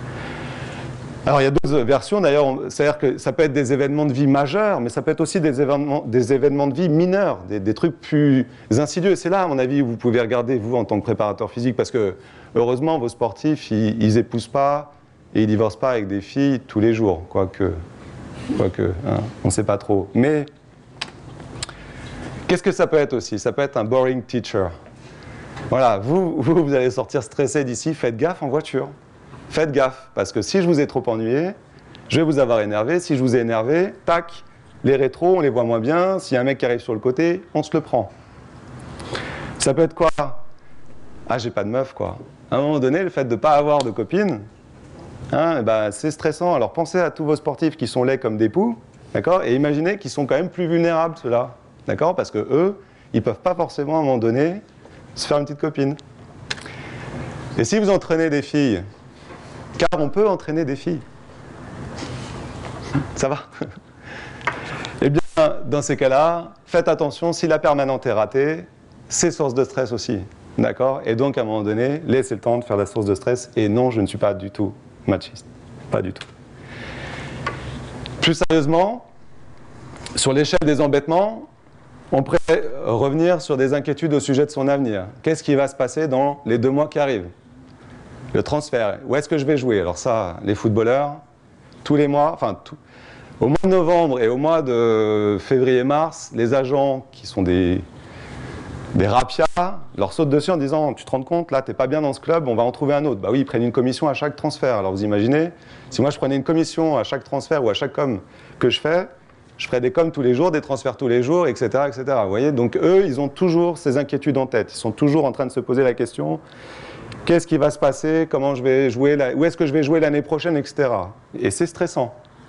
Alors, il y a d'autres versions, d'ailleurs, c'est-à-dire que ça peut être des événements de vie majeurs, mais ça peut être aussi des événements de vie mineurs, des trucs plus insidieux. Et c'est là, à mon avis, où vous pouvez regarder, vous, en tant que préparateur physique, parce que, heureusement, vos sportifs, ils épousent pas et ils divorcent pas avec des filles tous les jours, quoique hein, on ne sait pas trop. Mais, qu'est-ce que ça peut être aussi? Ça peut être un boring teacher. Voilà, vous allez sortir stressé d'ici, faites gaffe en voiture. Faites gaffe, parce que si je vous ai trop ennuyé, je vais vous avoir énervé. Si je vous ai énervé, tac, les rétros, on les voit moins bien. S'il y a un mec qui arrive sur le côté, on se le prend. Ça peut être quoi? Ah, j'ai pas de meuf, quoi. À un moment donné, le fait de ne pas avoir de copine, hein, c'est stressant. Alors pensez à tous vos sportifs qui sont laids comme des poux, d'accord? Et imaginez qu'ils sont quand même plus vulnérables, ceux-là, d'accord? Parce que eux, ils peuvent pas forcément, à un moment donné, se faire une petite copine. Et si vous entraînez des filles, car on peut entraîner des filles. Ça va? Eh bien, dans ces cas-là, faites attention, si la permanente est ratée, c'est source de stress aussi. D'accord? Et donc, à un moment donné, laissez le temps de faire la source de stress. Et non, je ne suis pas du tout machiste. Pas du tout. Plus sérieusement, sur l'échelle des embêtements, on pourrait revenir sur des inquiétudes au sujet de son avenir. Qu'est-ce qui va se passer dans les 2 mois qui arrivent? Le transfert, où est-ce que je vais jouer? Alors ça, les footballeurs, tous les mois, au mois de novembre et au mois de février-mars, les agents qui sont des rapias leur sautent dessus en disant « Tu te rends compte, là, t'es pas bien dans ce club, on va en trouver un autre. » Bah oui, ils prennent une commission à chaque transfert. Alors vous imaginez, si moi je prenais une commission à chaque transfert ou à chaque com que je fais, je ferais des coms tous les jours, des transferts tous les jours, etc., etc. Vous voyez, donc eux, ils ont toujours ces inquiétudes en tête. Ils sont toujours en train de se poser la question « Qu'est-ce qui va se passer? Comment je vais jouer? Où est-ce que je vais jouer l'année prochaine, etc. » Et c'est stressant.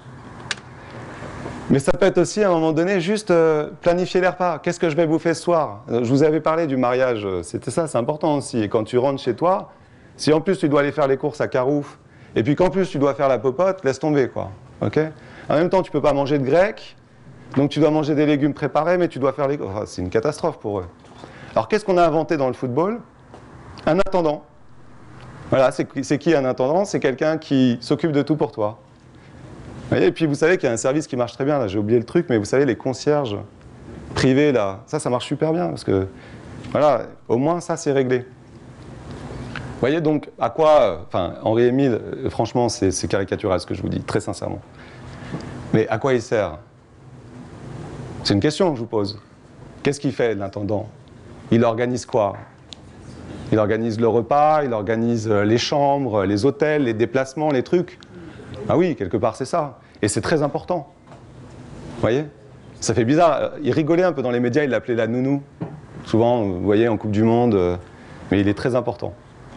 Mais ça peut être aussi, à un moment donné, juste planifier les repas. Qu'est-ce que je vais bouffer ce soir? Je vous avais parlé du mariage. C'était ça, c'est important aussi. Et quand tu rentres chez toi, si en plus tu dois aller faire les courses à Carouf, et puis qu'en plus tu dois faire la popote, laisse tomber, quoi. Ok? En même temps, tu ne peux pas manger de grec, donc tu dois manger des légumes préparés, mais tu dois faire les... Enfin, c'est une catastrophe pour eux. Alors qu'est-ce qu'on a inventé dans le football? Un attendant. Voilà, c'est qui un intendant? C'est quelqu'un qui s'occupe de tout pour toi. Vous voyez, et puis vous savez qu'il y a un service qui marche très bien, là j'ai oublié le truc, mais vous savez, les concierges privés, là, ça marche super bien, parce que, voilà, au moins ça c'est réglé. Vous voyez donc à quoi, Henri-Émile, franchement c'est caricatural ce que je vous dis, très sincèrement. Mais à quoi il sert? C'est une question que je vous pose. Qu'est-ce qu'il fait l'intendant? Il organise quoi? Il organise le repas, il organise les chambres, les hôtels, les déplacements, les trucs. Ah oui, quelque part c'est ça. Et c'est très important. Vous voyez? Ça fait bizarre. Il rigolait un peu dans les médias, il l'appelait la nounou. Souvent, vous voyez, en Coupe du Monde. Mais il est très important.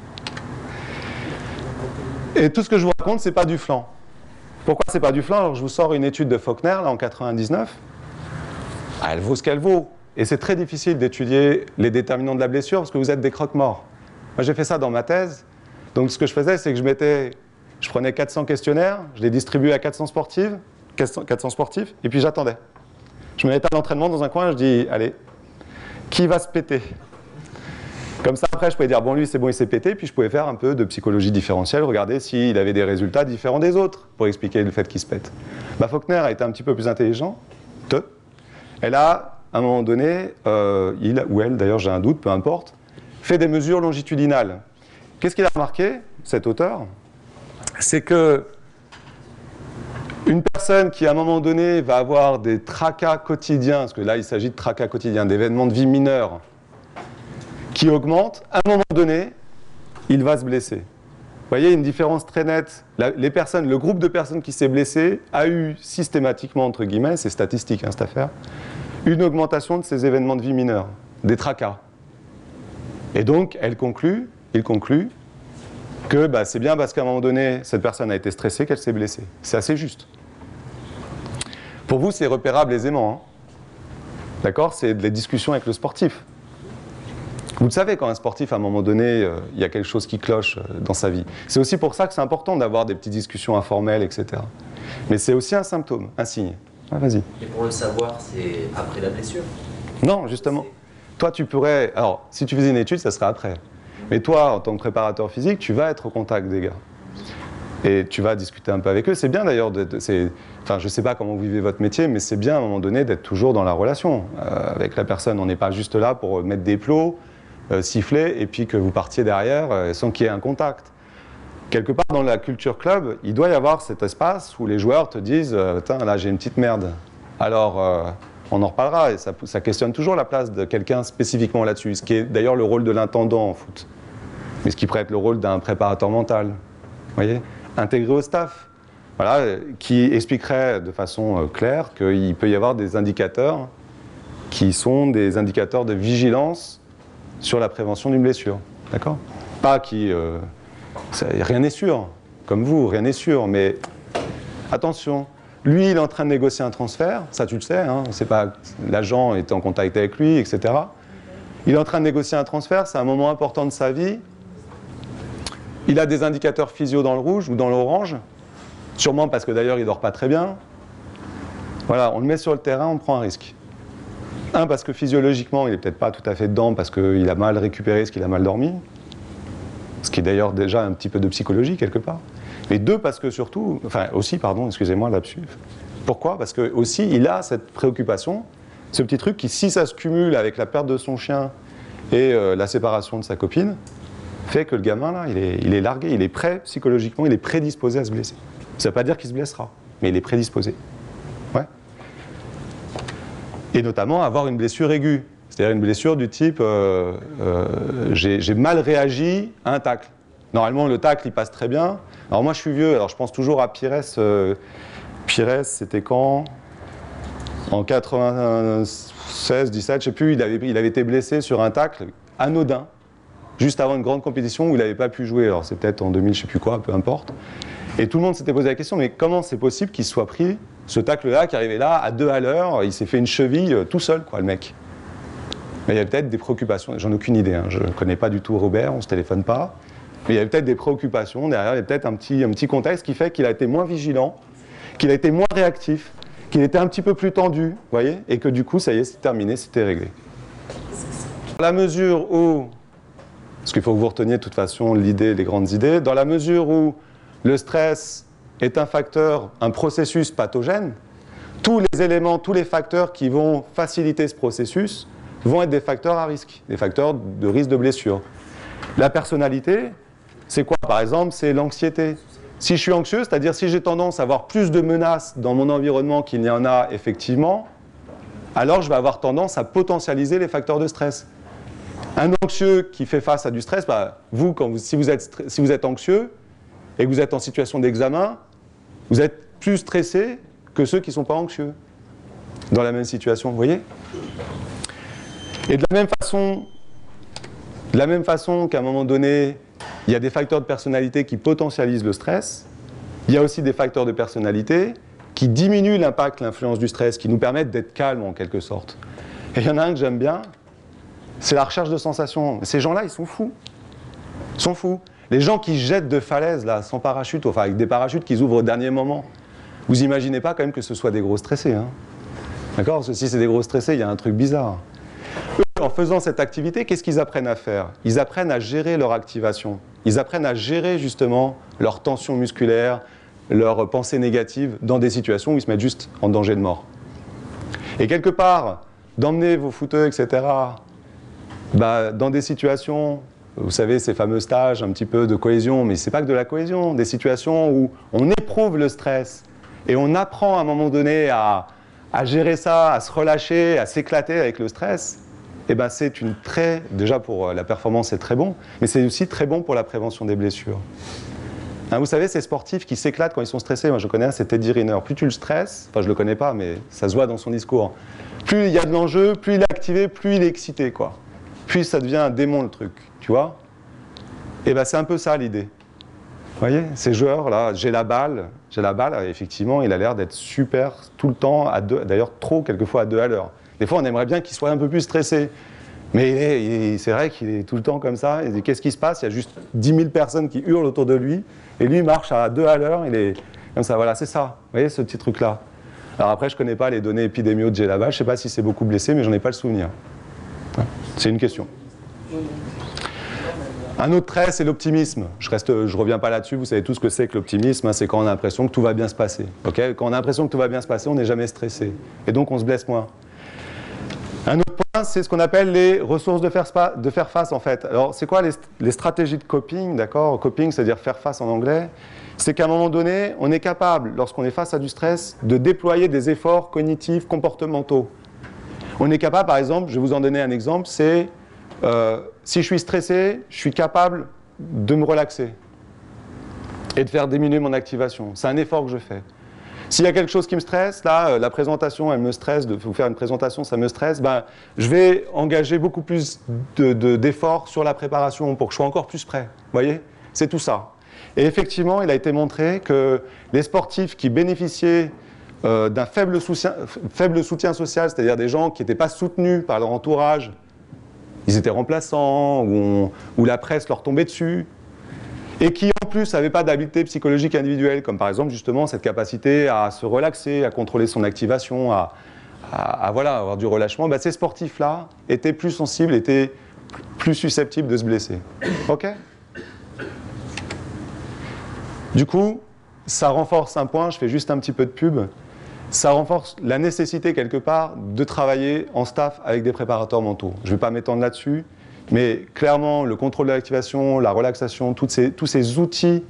Et tout ce que je vous raconte, c'est pas du flan. Pourquoi c'est pas du flan? Alors je vous sors une étude de Faulkner, là, en 99. Ah, elle vaut ce qu'elle vaut. Et c'est très difficile d'étudier les déterminants de la blessure parce que vous êtes des croque-morts. Moi, j'ai fait ça dans ma thèse. Donc, ce que je faisais, c'est que je prenais 400 questionnaires, je les distribuais à 400 sportifs, et puis j'attendais. Je me mets à l'entraînement dans un coin, je dis, allez, qui va se péter? Comme ça, après, je pouvais dire, bon, lui, c'est bon, il s'est pété, puis je pouvais faire un peu de psychologie différentielle, regarder s'il avait des résultats différents des autres pour expliquer le fait qu'il se pète. Bah, Faulkner a été un petit peu plus intelligente. Elle a, à un moment donné, il ou elle, d'ailleurs, j'ai un doute, peu importe, fait des mesures longitudinales. Qu'est-ce qu'il a remarqué, cet auteur? C'est que une personne qui, à un moment donné, va avoir des tracas quotidiens, parce que là, il s'agit de tracas quotidiens, d'événements de vie mineurs, qui augmentent, à un moment donné, il va se blesser. Vous voyez, une différence très nette. Le groupe de personnes qui s'est blessé a eu systématiquement, entre guillemets, c'est statistique, hein, cette affaire, une augmentation de ces événements de vie mineurs, des tracas. Et donc, il conclut que bah, c'est bien parce qu'à un moment donné, cette personne a été stressée qu'elle s'est blessée. C'est assez juste. Pour vous, c'est repérable aisément. Hein. D'accord? C'est des discussions avec le sportif. Vous le savez, quand un sportif, à un moment donné, il y a quelque chose qui cloche dans sa vie. C'est aussi pour ça que c'est important d'avoir des petites discussions informelles, etc. Mais c'est aussi un symptôme, un signe. Ah, vas-y. Et pour le savoir, c'est après la blessure? Non, justement. Toi, tu pourrais... Alors, si tu faisais une étude, ça serait après. Mais toi, en tant que préparateur physique, tu vas être au contact des gars. Et tu vas discuter un peu avec eux. C'est bien d'ailleurs, enfin, je ne sais pas comment vous vivez votre métier, mais c'est bien à un moment donné d'être toujours dans la relation avec la personne. On n'est pas juste là pour mettre des plots, siffler, et puis que vous partiez derrière sans qu'il y ait un contact. Quelque part dans la culture club, il doit y avoir cet espace où les joueurs te disent « Tiens, là j'ai une petite merde ». Alors, on en reparlera, et ça questionne toujours la place de quelqu'un spécifiquement là-dessus, ce qui est d'ailleurs le rôle de l'intendant en foot, mais ce qui pourrait être le rôle d'un préparateur mental, vous voyez, intégré au staff, voilà, qui expliquerait de façon claire qu'il peut y avoir des indicateurs qui sont des indicateurs de vigilance sur la prévention d'une blessure, d'accord? Pas qui... rien n'est sûr, comme vous, rien n'est sûr, mais attention, lui, il est en train de négocier un transfert, ça tu le sais, hein, c'est pas l'agent est en contact avec lui, etc. Il est en train de négocier un transfert, c'est un moment important de sa vie. Il a des indicateurs physio dans le rouge ou dans l'orange, sûrement parce que d'ailleurs il dort pas très bien. Voilà, on le met sur le terrain, on prend un risque. Un, parce que physiologiquement, il n'est peut-être pas tout à fait dedans, parce qu'il a mal récupéré ce qu'il a mal dormi. Ce qui est d'ailleurs déjà un petit peu de psychologie quelque part. Et deux, parce que surtout, enfin aussi, pardon, excusez-moi, là-dessus. Pourquoi? Parce que aussi, il a cette préoccupation, ce petit truc qui, si ça se cumule avec la perte de son chien et la séparation de sa copine, fait que le gamin, là, il est largué, il est prêt psychologiquement, il est prédisposé à se blesser. Ça ne veut pas dire qu'il se blessera, mais il est prédisposé. Ouais. Et notamment avoir une blessure aiguë. C'est-à-dire une blessure du type j'ai mal réagi à un tacle. Normalement, le tacle, il passe très bien. Alors moi, je suis vieux, alors je pense toujours à Pires. Pires, c'était quand? En 96, 17, je sais plus, il avait été blessé sur un tacle anodin, juste avant une grande compétition où il n'avait pas pu jouer. Alors c'est peut-être en 2000, je sais plus quoi, peu importe. Et tout le monde s'était posé la question, mais comment c'est possible qu'il soit pris, ce tacle-là, qui arrivait là, à 2 à l'heure, il s'est fait une cheville tout seul, quoi, le mec. Mais il y avait peut-être des préoccupations, j'en ai aucune idée, hein. Je ne connais pas du tout Robert, on ne se téléphone pas. Mais il y avait peut-être des préoccupations derrière, il y avait peut-être un petit contexte qui fait qu'il a été moins vigilant, qu'il a été moins réactif, qu'il était un petit peu plus tendu, vous voyez, et que du coup, ça y est, c'est terminé, c'était réglé. Dans la mesure où, parce qu'il faut que vous reteniez de toute façon l'idée, les grandes idées, dans la mesure où le stress est un facteur, un processus pathogène, tous les éléments, tous les facteurs qui vont faciliter ce processus vont être des facteurs à risque, des facteurs de risque de blessure. La personnalité, c'est quoi par exemple? C'est l'anxiété. Si je suis anxieux, c'est-à-dire si j'ai tendance à avoir plus de menaces dans mon environnement qu'il n'y en a effectivement, alors je vais avoir tendance à potentialiser les facteurs de stress. Un anxieux qui fait face à du stress, bah, si vous êtes anxieux et que vous êtes en situation d'examen, vous êtes plus stressé que ceux qui ne sont pas anxieux dans la même situation, vous voyez? Et de la même façon qu'à un moment donné, il y a des facteurs de personnalité qui potentialisent le stress, il y a aussi des facteurs de personnalité qui diminuent l'impact, l'influence du stress, qui nous permettent d'être calmes en quelque sorte. Et il y en a un que j'aime bien, c'est la recherche de sensations. Ces gens-là, ils sont fous. Ils sont fous. Les gens qui jettent de falaises, là, sans parachute, enfin avec des parachutes qu'ils ouvrent au dernier moment, vous imaginez pas quand même que ce soit des gros stressés, hein. D'accord? Parce que si c'est des gros stressés, il y a un truc bizarre. Eux, en faisant cette activité, qu'est-ce qu'ils apprennent à faire? Ils apprennent à gérer leur activation. Ils apprennent à gérer justement leur tension musculaire, leurs pensées négatives dans des situations où ils se mettent juste en danger de mort. Et quelque part, d'emmener vos footeux, etc., dans des situations, vous savez, ces fameux stages un petit peu de cohésion, mais c'est pas que de la cohésion, des situations où on éprouve le stress et on apprend à un moment donné à gérer ça, à se relâcher, à s'éclater avec le stress, et c'est déjà pour la performance c'est très bon, mais c'est aussi très bon pour la prévention des blessures. Vous savez, ces sportifs qui s'éclatent quand ils sont stressés, moi je connais un, c'est Teddy Riner. Plus tu le stresses, enfin je le connais pas, mais ça se voit dans son discours, plus il y a de l'enjeu, plus il est activé, plus il est excité, quoi. Puis ça devient un démon le truc, tu vois. Et c'est un peu ça l'idée. Vous voyez, ces joueurs-là, j'ai la balle, effectivement, il a l'air d'être super tout le temps, d'ailleurs trop, quelquefois à 2 à l'heure. Des fois, on aimerait bien qu'il soit un peu plus stressé. Mais c'est vrai qu'il est tout le temps comme ça. Et qu'est-ce qui se passe? Il y a juste 10 000 personnes qui hurlent autour de lui. Et lui, il marche à 2 à l'heure. Il est comme ça. Voilà, c'est ça. Vous voyez, ce petit truc-là. Alors après, je ne connais pas les données épidémiaux de Djellaba. Je ne sais pas si c'est beaucoup blessé, mais je n'en ai pas le souvenir. C'est une question. Un autre trait, c'est l'optimisme. Je ne reviens pas là-dessus. Vous savez tout ce que c'est que l'optimisme. C'est quand on a l'impression que tout va bien se passer. Okay, quand on a l'impression que tout va bien se passer, on n'est jamais stressé. Et donc, on se blesse moins. Un autre point, c'est ce qu'on appelle les ressources de faire face, en fait. Alors, c'est quoi les stratégies de coping, d'accord? Coping, c'est-à-dire faire face en anglais. C'est qu'à un moment donné, on est capable, lorsqu'on est face à du stress, de déployer des efforts cognitifs, comportementaux. On est capable, par exemple, je vais vous en donner un exemple, c'est si je suis stressé, je suis capable de me relaxer et de faire diminuer mon activation. C'est un effort que je fais. S'il y a quelque chose qui me stresse, là, la présentation, elle me stresse, de vous faire une présentation, ça me stresse, je vais engager beaucoup plus d'efforts sur la préparation pour que je sois encore plus prêt. Vous voyez? C'est tout ça. Et effectivement, il a été montré que les sportifs qui bénéficiaient d'un faible soutien social, c'est-à-dire des gens qui n'étaient pas soutenus par leur entourage, ils étaient remplaçants, ou la presse leur tombait dessus, et qui en plus n'avaient pas d'habileté psychologique individuelle, comme par exemple justement cette capacité à se relaxer, à contrôler son activation, à avoir du relâchement, ces sportifs-là étaient plus sensibles, étaient plus susceptibles de se blesser. Ok? Du coup, ça renforce un point, je fais juste un petit peu de pub, ça renforce la nécessité quelque part de travailler en staff avec des préparateurs mentaux. Je ne vais pas m'étendre là-dessus, mais clairement, le contrôle de l'activation, la relaxation, tous ces outils,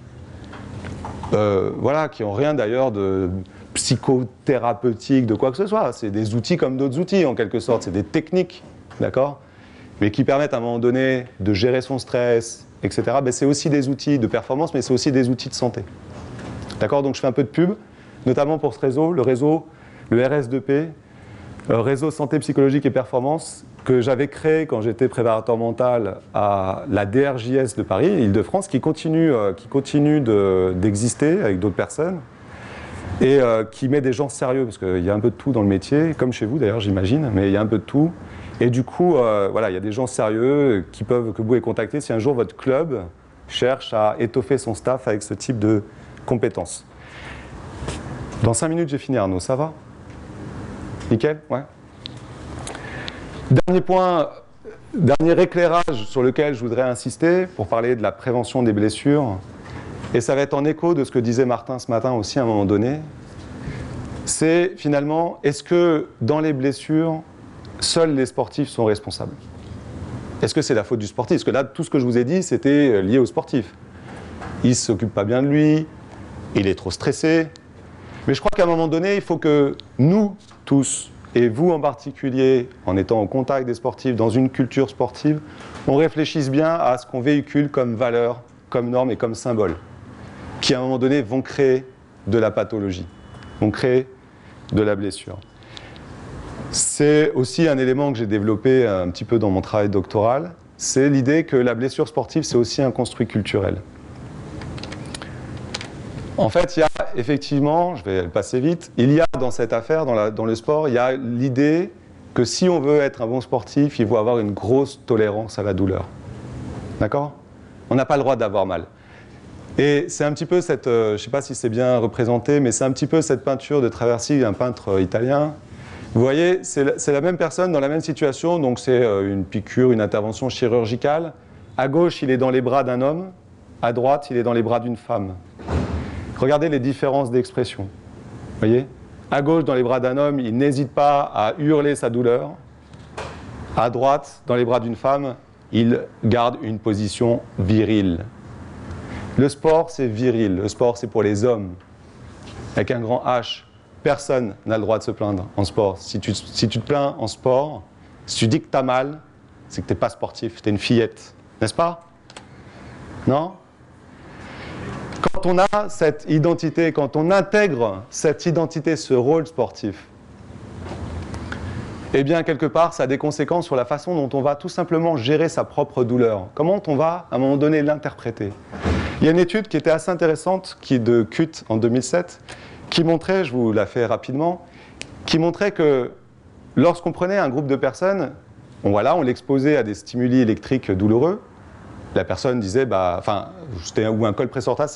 qui n'ont rien d'ailleurs de psychothérapeutique, de quoi que ce soit. C'est des outils comme d'autres outils, en quelque sorte. C'est des techniques, d'accord? Mais qui permettent à un moment donné de gérer son stress, etc. C'est aussi des outils de performance, mais c'est aussi des outils de santé. D'accord? Donc je fais un peu de pub, notamment pour ce réseau, le RS2P, Réseau Santé Psychologique et Performance, que j'avais créé quand j'étais préparateur mental à la DRJS de Paris, Île-de-France, qui continue d'exister avec d'autres personnes et qui met des gens sérieux, parce qu'il y a un peu de tout dans le métier, comme chez vous d'ailleurs j'imagine, mais il y a un peu de tout. Et du coup, il y a des gens sérieux que vous pouvez contacter si un jour votre club cherche à étoffer son staff avec ce type de compétences. Dans 5 minutes, j'ai fini Arnaud, ça va? Nickel? Ouais. Dernier point, dernier éclairage sur lequel je voudrais insister pour parler de la prévention des blessures, et ça va être en écho de ce que disait Martin ce matin aussi à un moment donné, c'est finalement, est-ce que dans les blessures, seuls les sportifs sont responsables? Est-ce que c'est la faute du sportif? Parce que là, tout ce que je vous ai dit, c'était lié au sportif. Il ne s'occupe pas bien de lui, il est trop stressé. Mais je crois qu'à un moment donné, il faut que nous, tous, et vous en particulier, en étant en contact des sportifs, dans une culture sportive, on réfléchisse bien à ce qu'on véhicule comme valeur, comme norme et comme symbole, qui à un moment donné vont créer de la pathologie, vont créer de la blessure. C'est aussi un élément que j'ai développé un petit peu dans mon travail doctoral, c'est l'idée que la blessure sportive, c'est aussi un construit culturel. En fait, il y a effectivement, je vais passer vite, il y a dans cette affaire, dans le sport, il y a l'idée que si on veut être un bon sportif, il faut avoir une grosse tolérance à la douleur. D'accord? On n'a pas le droit d'avoir mal. Et c'est un petit peu cette, je ne sais pas si c'est bien représenté, mais c'est un petit peu cette peinture de Traversi, un peintre italien, Vous voyez, c'est la même personne dans la même situation, donc c'est une piqûre, une intervention chirurgicale. À gauche, il est dans les bras d'un homme, à droite, il est dans les bras d'une femme. Regardez les différences d'expression. Vous voyez? À gauche, dans les bras d'un homme, il n'hésite pas à hurler sa douleur. À droite, dans les bras d'une femme, il garde une position virile. Le sport, c'est viril. Le sport, c'est pour les hommes. Avec un grand H. Personne n'a le droit de se plaindre en sport. Si tu te plains en sport, si tu dis que tu as mal, c'est que tu n'es pas sportif, tu es une fillette. N'est-ce pas? Non? Quand on a cette identité, quand on intègre cette identité, ce rôle sportif, eh bien, quelque part, ça a des conséquences sur la façon dont on va tout simplement gérer sa propre douleur. Comment on va, à un moment donné, l'interpréter. Il y a une étude qui était assez intéressante, qui est de CUT en 2007, qui montrait, je vous la fais rapidement, qui montrait que lorsqu'on prenait un groupe de personnes, on l'exposait à des stimuli électriques douloureux, la personne disait, ou un col pressortal,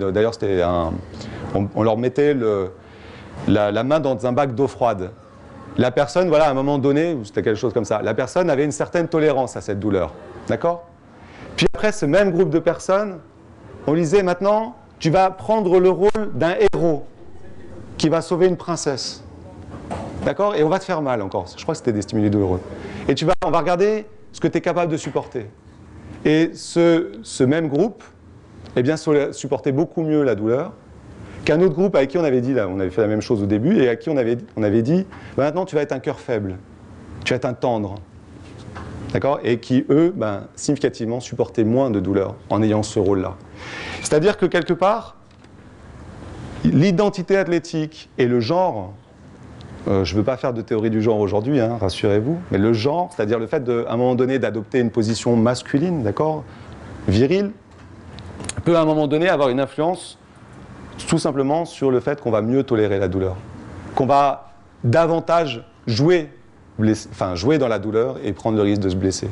on leur mettait la main dans un bac d'eau froide. La personne, à un moment donné, c'était quelque chose comme ça, la personne avait une certaine tolérance à cette douleur. D'accord? Puis après, ce même groupe de personnes, on lui disait, maintenant, tu vas prendre le rôle d'un héros qui va sauver une princesse. D'accord? Et on va te faire mal encore. Je crois que c'était des stimuli douloureux. Et on va regarder ce que tu es capable de supporter. Et ce même groupe, eh bien, supportait beaucoup mieux la douleur qu'un autre groupe avec qui on avait dit, là, on avait fait la même chose au début, et à qui on avait dit, maintenant tu vas être un cœur faible, tu vas être un tendre. D'accord? Et qui, eux, significativement, supportaient moins de douleur en ayant ce rôle-là. C'est-à-dire que quelque part, l'identité athlétique et le genre, je ne veux pas faire de théorie du genre aujourd'hui, rassurez-vous, mais le genre, c'est-à-dire le fait à un moment donné d'adopter une position masculine, d'accord, virile, peut à un moment donné avoir une influence tout simplement sur le fait qu'on va mieux tolérer la douleur, qu'on va davantage jouer dans la douleur et prendre le risque de se blesser.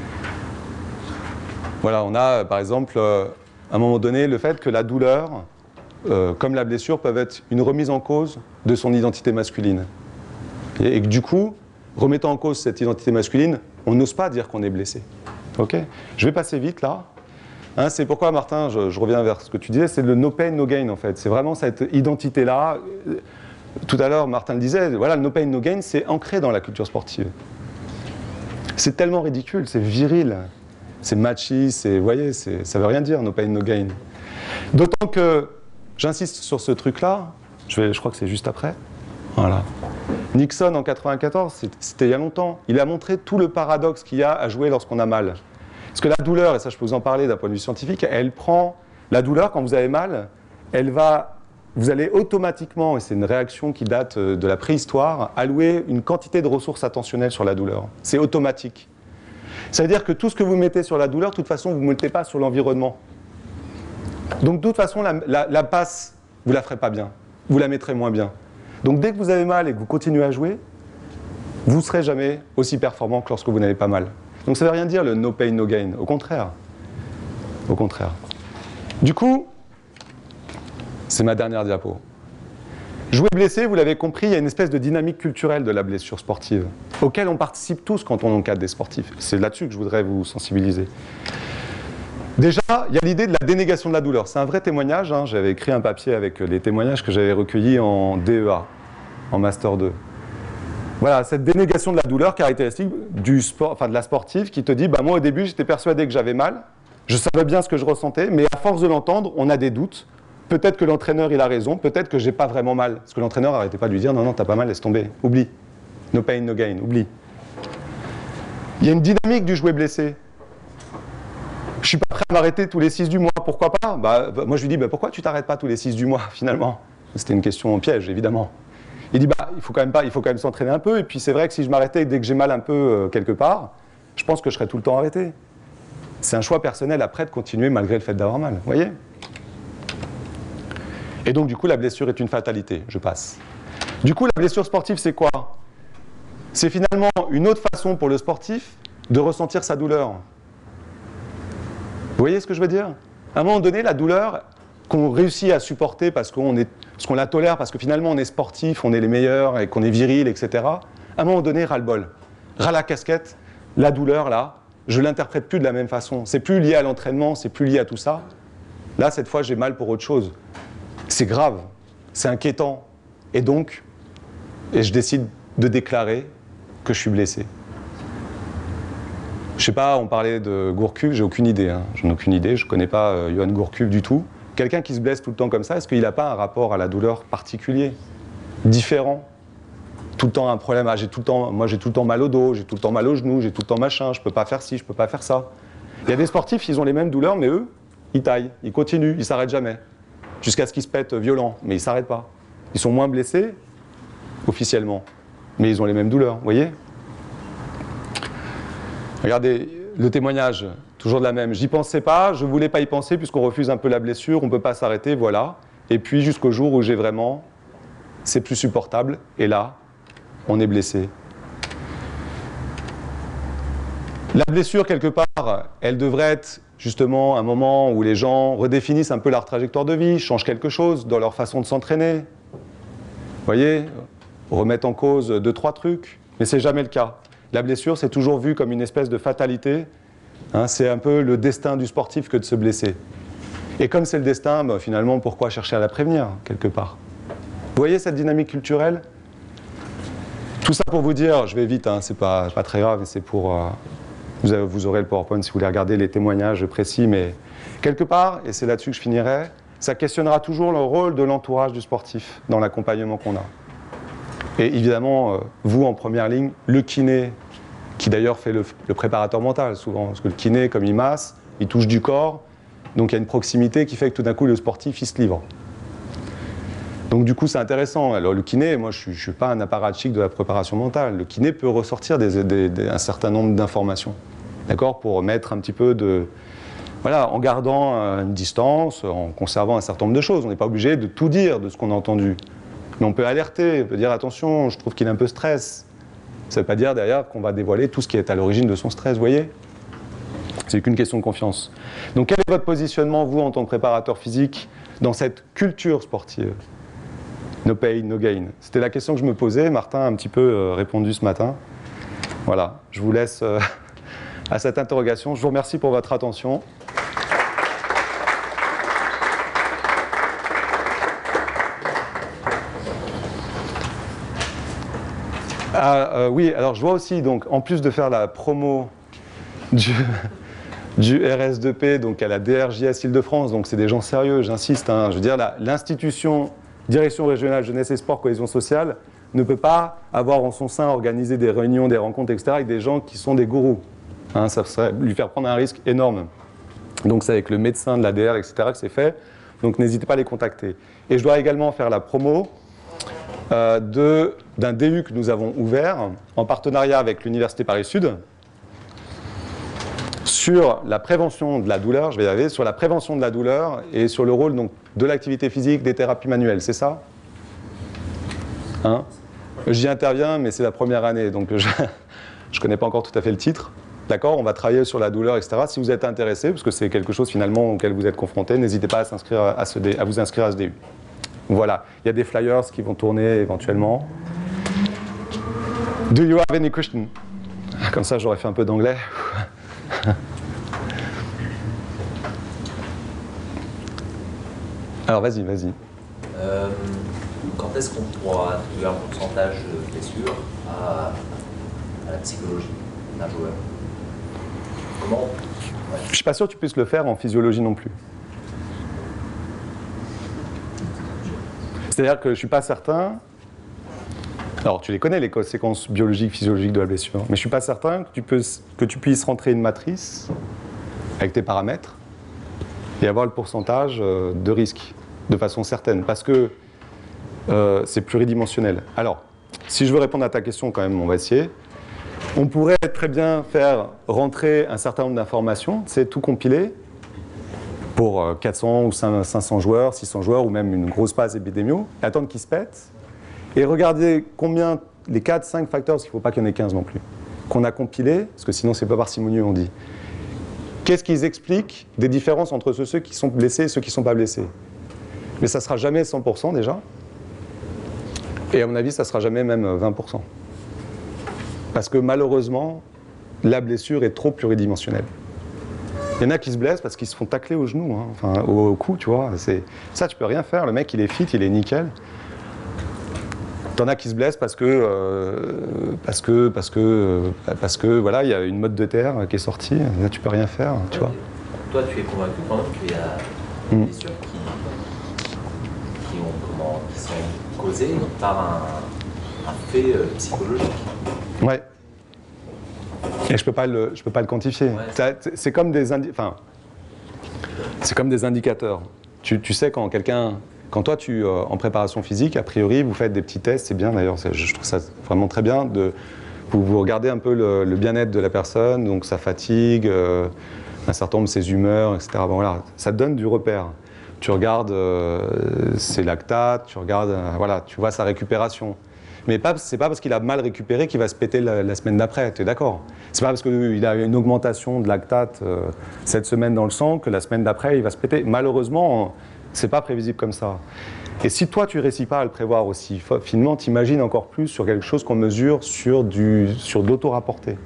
Voilà, on a par exemple à un moment donné le fait que la douleur, comme la blessure, peuvent être une remise en cause de son identité masculine. Et que du coup, remettant en cause cette identité masculine, on n'ose pas dire qu'on est blessé. Ok ? Je vais passer vite là. C'est pourquoi, Martin, je reviens vers ce que tu disais, c'est le no pain, no gain en fait. C'est vraiment cette identité-là. Tout à l'heure, Martin le disait, le no pain, no gain, c'est ancré dans la culture sportive. C'est tellement ridicule, c'est viril, c'est machiste, vous voyez, ça veut rien dire, no pain, no gain. D'autant que, j'insiste sur ce truc-là, je crois que c'est juste après. Voilà. Nixon en 1994, c'était il y a longtemps, il a montré tout le paradoxe qu'il y a à jouer lorsqu'on a mal. Parce que la douleur, et ça je peux vous en parler d'un point de vue scientifique, elle prend la douleur quand vous avez mal, vous allez automatiquement, et c'est une réaction qui date de la préhistoire, allouer une quantité de ressources attentionnelles sur la douleur. C'est automatique. Ça veut dire que tout ce que vous mettez sur la douleur, de toute façon, vous ne mettez pas sur l'environnement. Donc de toute façon, la passe, vous ne la ferez pas bien. Vous la mettrez moins bien. Donc dès que vous avez mal et que vous continuez à jouer, vous ne serez jamais aussi performant que lorsque vous n'avez pas mal. Donc ça ne veut rien dire le no pain, no gain. Au contraire. Au contraire. Du coup, c'est ma dernière diapo. Jouer blessé, vous l'avez compris, il y a une espèce de dynamique culturelle de la blessure sportive, auquel on participe tous quand on encadre des sportifs. C'est là-dessus que je voudrais vous sensibiliser. Déjà, il y a l'idée de la dénégation de la douleur. C'est un vrai témoignage. J'avais écrit un papier avec les témoignages que j'avais recueillis en DEA, en Master 2. Voilà, cette dénégation de la douleur caractéristique de la sportive qui te dit, moi au début j'étais persuadé que j'avais mal, je savais bien ce que je ressentais, mais à force de l'entendre, on a des doutes. Peut-être que l'entraîneur il a raison, peut-être que j'ai pas vraiment mal. Parce que l'entraîneur n'arrêtait pas de lui dire, non, t'as pas mal, laisse tomber, oublie. No pain, no gain, oublie. Il y a une dynamique du jouer blessé. Je suis pas prêt à m'arrêter tous les 6 du mois, pourquoi pas? Moi je lui dis, pourquoi tu t'arrêtes pas tous les 6 du mois finalement? C'était une question piège, évidemment. Il dit, il faut quand même s'entraîner un peu, et puis c'est vrai que si je m'arrêtais dès que j'ai mal un peu quelque part, je pense que je serais tout le temps arrêté. C'est un choix personnel après de continuer malgré le fait d'avoir mal, vous voyez? Et donc du coup, la blessure est une fatalité, je passe. Du coup, la blessure sportive, c'est quoi? C'est finalement une autre façon pour le sportif de ressentir sa douleur. Vous voyez ce que je veux dire? À un moment donné, la douleur, qu'on réussit à supporter parce qu'on la tolère, parce que finalement on est sportif, on est les meilleurs et qu'on est viril, etc. À un moment donné, ras-le-bol, ras la casquette, la douleur là, je l'interprète plus de la même façon. C'est plus lié à l'entraînement, c'est plus lié à tout ça. Là, cette fois, j'ai mal pour autre chose. C'est grave, c'est inquiétant. Et donc, je décide de déclarer que je suis blessé. Je sais pas, on parlait de Gourcuff, j'ai aucune idée. Hein. J'en ai aucune idée, je connais pas Johan Gourcuff du tout. Quelqu'un qui se blesse tout le temps comme ça, est-ce qu'il n'a pas un rapport à la douleur particulier, différent? Tout le temps un problème, moi j'ai tout le temps mal au dos, j'ai tout le temps mal au genou, j'ai tout le temps machin, je peux pas faire ci, je peux pas faire ça. Il y a des sportifs, ils ont les mêmes douleurs, mais eux, ils taillent, ils continuent, ils s'arrêtent jamais. Jusqu'à ce qu'ils se pètent violent, mais ils s'arrêtent pas. Ils sont moins blessés, officiellement, mais ils ont les mêmes douleurs, vous voyez? Regardez, le témoignage, toujours de la même. J'y pensais pas, je voulais pas y penser puisqu'on refuse un peu la blessure, on peut pas s'arrêter, voilà. Et puis jusqu'au jour où j'ai vraiment, c'est plus supportable, et là, on est blessé. La blessure, quelque part, elle devrait être justement un moment où les gens redéfinissent un peu leur trajectoire de vie, changent quelque chose dans leur façon de s'entraîner. Vous voyez, remettent en cause 2-3 trucs, mais c'est jamais le cas. La blessure, c'est toujours vu comme une espèce de fatalité. Hein, c'est un peu le destin du sportif que de se blesser. Et comme c'est le destin, bah, finalement, pourquoi chercher à la prévenir, quelque part? Vous voyez cette dynamique culturelle? Tout ça pour vous dire, je vais vite, hein, c'est pas très grave, c'est pour... vous aurez le PowerPoint si vous voulez regarder les témoignages précis, mais quelque part, et c'est là-dessus que je finirai, ça questionnera toujours le rôle de l'entourage du sportif dans l'accompagnement qu'on a. Et évidemment, vous en première ligne, le kiné, qui d'ailleurs fait le préparateur mental souvent, parce que le kiné, comme il masse, il touche du corps, donc il y a une proximité qui fait que tout d'un coup le sportif il se livre. Donc du coup c'est intéressant. Alors le kiné, moi je ne suis pas un apparatchik de la préparation mentale. Le kiné peut ressortir un certain nombre d'informations, d'accord, pour mettre un petit peu de... Voilà, en gardant une distance, en conservant un certain nombre de choses. On n'est pas obligé de tout dire de ce qu'on a entendu. Mais on peut alerter, on peut dire attention, je trouve qu'il est un peu stress. Ça ne veut pas dire derrière qu'on va dévoiler tout ce qui est à l'origine de son stress, vous voyez? C'est qu'une question de confiance. Donc quel est votre positionnement, vous, en tant que préparateur physique, dans cette culture sportive? No pain, no gain. C'était la question que je me posais. Martin a un petit peu répondu ce matin. Voilà, je vous laisse à cette interrogation. Je vous remercie pour votre attention. Oui, alors je vois aussi, donc, en plus de faire la promo du RS2P, donc à la DRJS Île-de-France, donc c'est des gens sérieux, j'insiste, hein, je veux dire, l'institution Direction Régionale Jeunesse et Sport, Cohésion Sociale, ne peut pas avoir en son sein organisé des réunions, des rencontres, etc., avec des gens qui sont des gourous. Hein, ça serait lui faire prendre un risque énorme. Donc c'est avec le médecin de l'ADR, etc., que c'est fait, donc n'hésitez pas à les contacter. Et je dois également faire la promo d'un DU que nous avons ouvert en partenariat avec l'Université Paris-Sud sur la prévention de la douleur, je vais y arriver, sur la prévention de la douleur et sur le rôle donc, de l'activité physique, des thérapies manuelles, c'est ça? Hein? J'y interviens, mais c'est la première année, donc je ne connais pas encore tout à fait le titre. D'accord, on va travailler sur la douleur, etc. Si vous êtes intéressé, parce que c'est quelque chose finalement auquel vous êtes confronté, n'hésitez pas à vous inscrire à ce DU. Voilà, il y a des flyers qui vont tourner éventuellement. Do you have any questions? Comme ça, j'aurais fait un peu d'anglais. Alors, vas-y. Quand est-ce qu'on pourra attribuer un pourcentage de blessure à la psychologie d'un joueur? Comment? Ouais. Je ne suis pas sûr que tu puisses le faire en physiologie non plus. C'est-à-dire que je ne suis pas certain... Alors, tu les connais, les conséquences biologiques, physiologiques de la blessure, mais je ne suis pas certain que tu puisses rentrer une matrice avec tes paramètres et avoir le pourcentage de risque de façon certaine, parce que c'est pluridimensionnel. Alors, si je veux répondre à ta question quand même, on va essayer. On pourrait très bien faire rentrer un certain nombre d'informations, c'est tout compiler, pour 400 ou 500 joueurs, 600 joueurs, ou même une grosse base épidémio, et attendre qu'ils se pètent, et regarder combien, les 4-5 facteurs, parce qu'il ne faut pas qu'il y en ait 15 non plus, qu'on a compilés, parce que sinon c'est pas parcimonieux, on dit. Qu'est-ce qu'ils expliquent des différences entre ceux qui sont blessés et ceux qui ne sont pas blessés? Mais ça ne sera jamais 100% déjà. Et à mon avis, ça ne sera jamais même 20%. Parce que malheureusement, la blessure est trop pluridimensionnelle. Il y en a qui se blessent parce qu'ils se font tacler au genou, hein, enfin au cou, tu vois. Ça, tu peux rien faire. Le mec, il est fit, il est nickel. T'en as qui se blessent parce que voilà, il y a une mode de terre qui est sortie. Là, tu peux rien faire, tu vois. Toi, tu es convaincu quand même qu'il y a des blessures qui sont causées par un fait psychologique. Ouais. Et je peux pas le quantifier. Ouais. C'est comme des indicateurs. Tu sais quand toi en préparation physique, a priori, vous faites des petits tests, c'est bien d'ailleurs, je trouve ça vraiment très bien, vous regardez un peu le bien-être de la personne, donc sa fatigue, un certain nombre de ses humeurs, etc. Bon, voilà, ça te donne du repère. Tu regardes ses lactates, tu regardes, voilà, tu vois sa récupération. Mais c'est pas parce qu'il a mal récupéré qu'il va se péter la semaine d'après, tu es d'accord? C'est pas parce qu'il a une augmentation de lactate cette semaine dans le sang que la semaine d'après il va se péter. Malheureusement, c'est pas prévisible comme ça. Et si toi tu réussis pas à le prévoir aussi finement, t'imagines encore plus sur quelque chose qu'on mesure sur de l'auto-rapporté.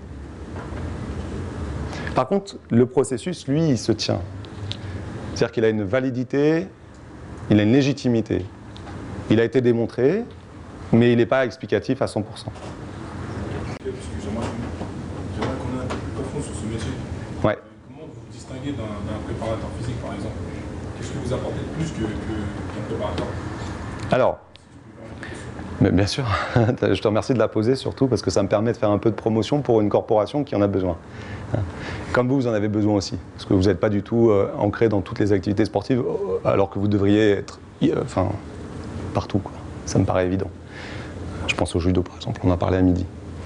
Par contre, le processus, lui, il se tient. C'est-à-dire qu'il a une validité, il a une légitimité. Il a été démontré, mais il n'est pas explicatif à 100%. Excusez-moi, j'aimerais qu'on ait un peu plus profond sur ce métier. Ouais. Comment vous vous distinguez d'un préparateur physique, par exemple? Qu'est-ce que vous apportez de plus qu'un préparateur? Alors, mais bien sûr, je te remercie de la poser surtout parce que ça me permet de faire un peu de promotion pour une corporation qui en a besoin. Comme vous en avez besoin aussi, parce que vous n'êtes pas du tout ancré dans toutes les activités sportives alors que vous devriez être partout, quoi. Ça me paraît évident. Je pense au judo par exemple, on en a parlé à midi.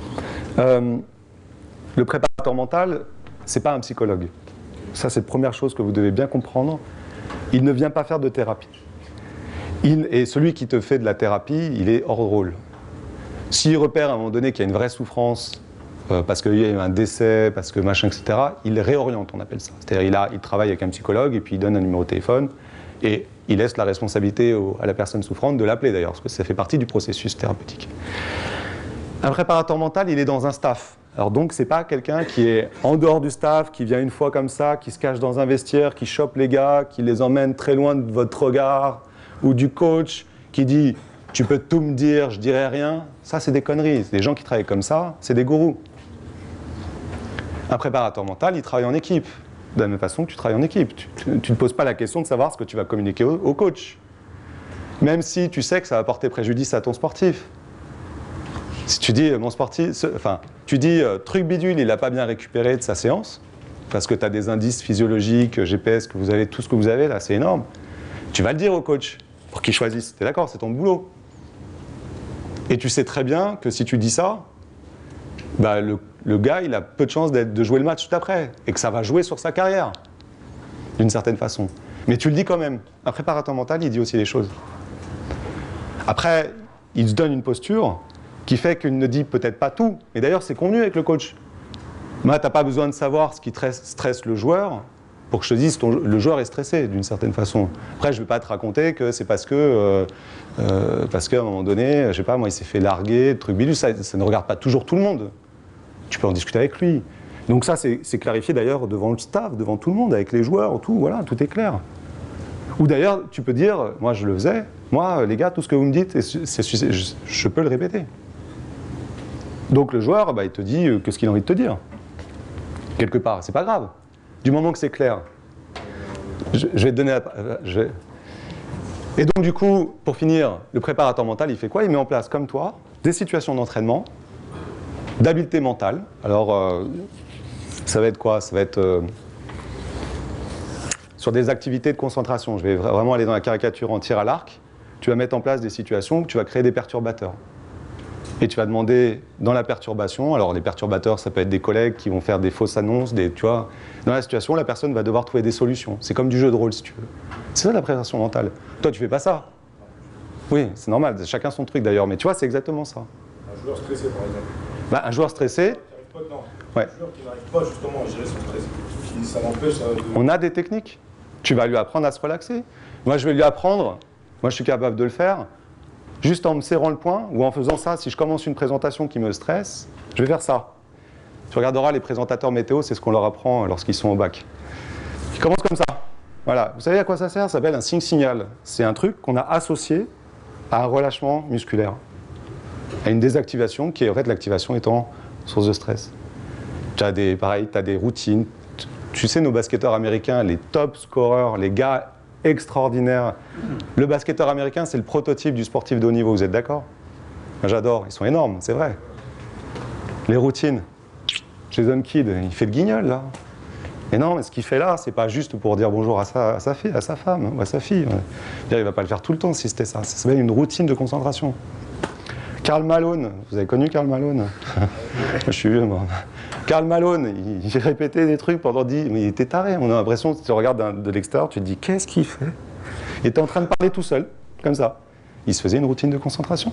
Le préparateur mental, c'est pas un psychologue. Ça, c'est la première chose que vous devez bien comprendre. Il ne vient pas faire de thérapie. Et celui qui te fait de la thérapie, il est hors rôle. S'il repère à un moment donné qu'il y a une vraie souffrance, parce qu'il y a eu un décès, parce que machin, etc., il réoriente, on appelle ça. C'est-à-dire il travaille avec un psychologue et puis il donne un numéro de téléphone et il laisse la responsabilité à la personne souffrante de l'appeler d'ailleurs, parce que ça fait partie du processus thérapeutique. Un préparateur mental, il est dans un staff. Alors donc, c'est pas quelqu'un qui est en dehors du staff, qui vient une fois comme ça, qui se cache dans un vestiaire, qui chope les gars, qui les emmène très loin de votre regard, ou du coach qui dit « tu peux tout me dire, je dirai rien ». Ça, c'est des conneries. Des gens qui travaillent comme ça, c'est des gourous. Un préparateur mental, il travaille en équipe. De la même façon que tu travailles en équipe. Tu ne te poses pas la question de savoir ce que tu vas communiquer au coach. Même si tu sais que ça va porter préjudice à ton sportif. Si tu dis, truc bidule, il n'a pas bien récupéré de sa séance, parce que tu as des indices physiologiques, GPS, que vous avez, tout ce que vous avez là, c'est énorme. Tu vas le dire au coach, pour qu'il choisisse. Tu es d'accord, c'est ton boulot. Et tu sais très bien que si tu dis ça, bah, le gars, il a peu de chances de jouer le match tout après, et que ça va jouer sur sa carrière, d'une certaine façon. Mais tu le dis quand même. Un préparateur mental, il dit aussi les choses. Après, il se donne une posture qui fait qu'il ne dit peut-être pas tout. Et d'ailleurs, c'est convenu avec le coach. Moi, tu n'as pas besoin de savoir ce qui stresse le joueur pour que je te dise que le joueur est stressé, d'une certaine façon. Après, je ne vais pas te raconter que c'est parce qu'à un moment donné, je sais pas, moi, il s'est fait larguer, truc bidule, ça ne regarde pas toujours tout le monde. Tu peux en discuter avec lui. Donc ça, c'est clarifié d'ailleurs devant le staff, devant tout le monde, avec les joueurs, tout, voilà, tout est clair. Ou d'ailleurs, tu peux dire, moi je le faisais, moi, les gars, tout ce que vous me dites, je peux le répéter. Donc le joueur, bah, il te dit que ce qu'il a envie de te dire. Quelque part, c'est pas grave. Du moment que c'est clair. Je vais te donner Et donc du coup, pour finir, le préparateur mental, il fait quoi? Il met en place, comme toi, des situations d'entraînement, d'habileté mentale. Alors, ça va être quoi? Ça va être sur des activités de concentration. Je vais vraiment aller dans la caricature en tir à l'arc. Tu vas mettre en place des situations où tu vas créer des perturbateurs. Et tu vas demander dans la perturbation, alors les perturbateurs, ça peut être des collègues qui vont faire des fausses annonces, tu vois. Dans la situation, la personne va devoir trouver des solutions. C'est comme du jeu de rôle, si tu veux. C'est ça la préparation mentale. Toi, tu fais pas ça. Oui, c'est normal, chacun son truc d'ailleurs, mais tu vois, c'est exactement ça. Un joueur stressé, par exemple. Bah, un joueur stressé... Ouais. Un joueur qui n'arrive pas justement à gérer son stress. Ça l'empêche de... On a des techniques. Tu vas lui apprendre à se relaxer. Moi, je vais lui apprendre Moi, je suis capable de le faire juste en me serrant le poing ou en faisant ça. Si je commence une présentation qui me stresse, je vais faire ça. Tu regarderas les présentateurs météo, c'est ce qu'on leur apprend lorsqu'ils sont au bac. Ils commencent comme ça. Voilà. Vous savez à quoi ça sert? Ça s'appelle un signe-signal. C'est un truc qu'on a associé à un relâchement musculaire, à une désactivation qui est en fait l'activation étant source de stress. Pareil, tu as des routines. Tu sais, nos basketteurs américains, les top scorers, les gars extraordinaires. Le basketteur américain, c'est le prototype du sportif de haut niveau, vous êtes d'accord? J'adore, ils sont énormes, c'est vrai. Les routines. Jason Kidd, il fait le guignol, là. Mais non, mais ce qu'il fait là, c'est pas juste pour dire bonjour à sa fille, à sa femme, ou à sa fille. Il va pas le faire tout le temps si c'était ça. Ça s'appelle une routine de concentration. Karl Malone, vous avez connu Karl Malone? Je suis vieux, moi. Karl Malone, il répétait des trucs pendant 10... Mais il était taré, on a l'impression, tu regardes de l'extérieur, tu te dis, qu'est-ce qu'il fait? Il était en train de parler tout seul, comme ça. Il se faisait une routine de concentration.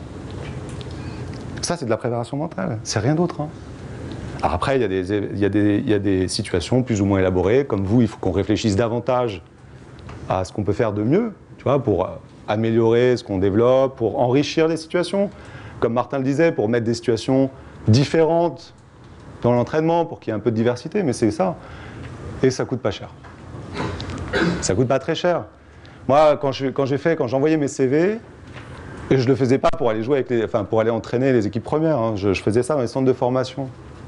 Ça, c'est de la préparation mentale, c'est rien d'autre. Hein. Alors après, il y a des situations plus ou moins élaborées, comme vous, il faut qu'on réfléchisse davantage à ce qu'on peut faire de mieux, tu vois, pour améliorer ce qu'on développe, pour enrichir les situations. Comme Martin le disait, pour mettre des situations différentes dans l'entraînement, pour qu'il y ait un peu de diversité, mais c'est ça. Et ça coûte pas cher. Ça coûte pas très cher. Moi, quand j'envoyais mes CV, et je le faisais pas pour aller jouer avec pour aller entraîner les équipes premières, hein, je faisais ça dans les centres de formation.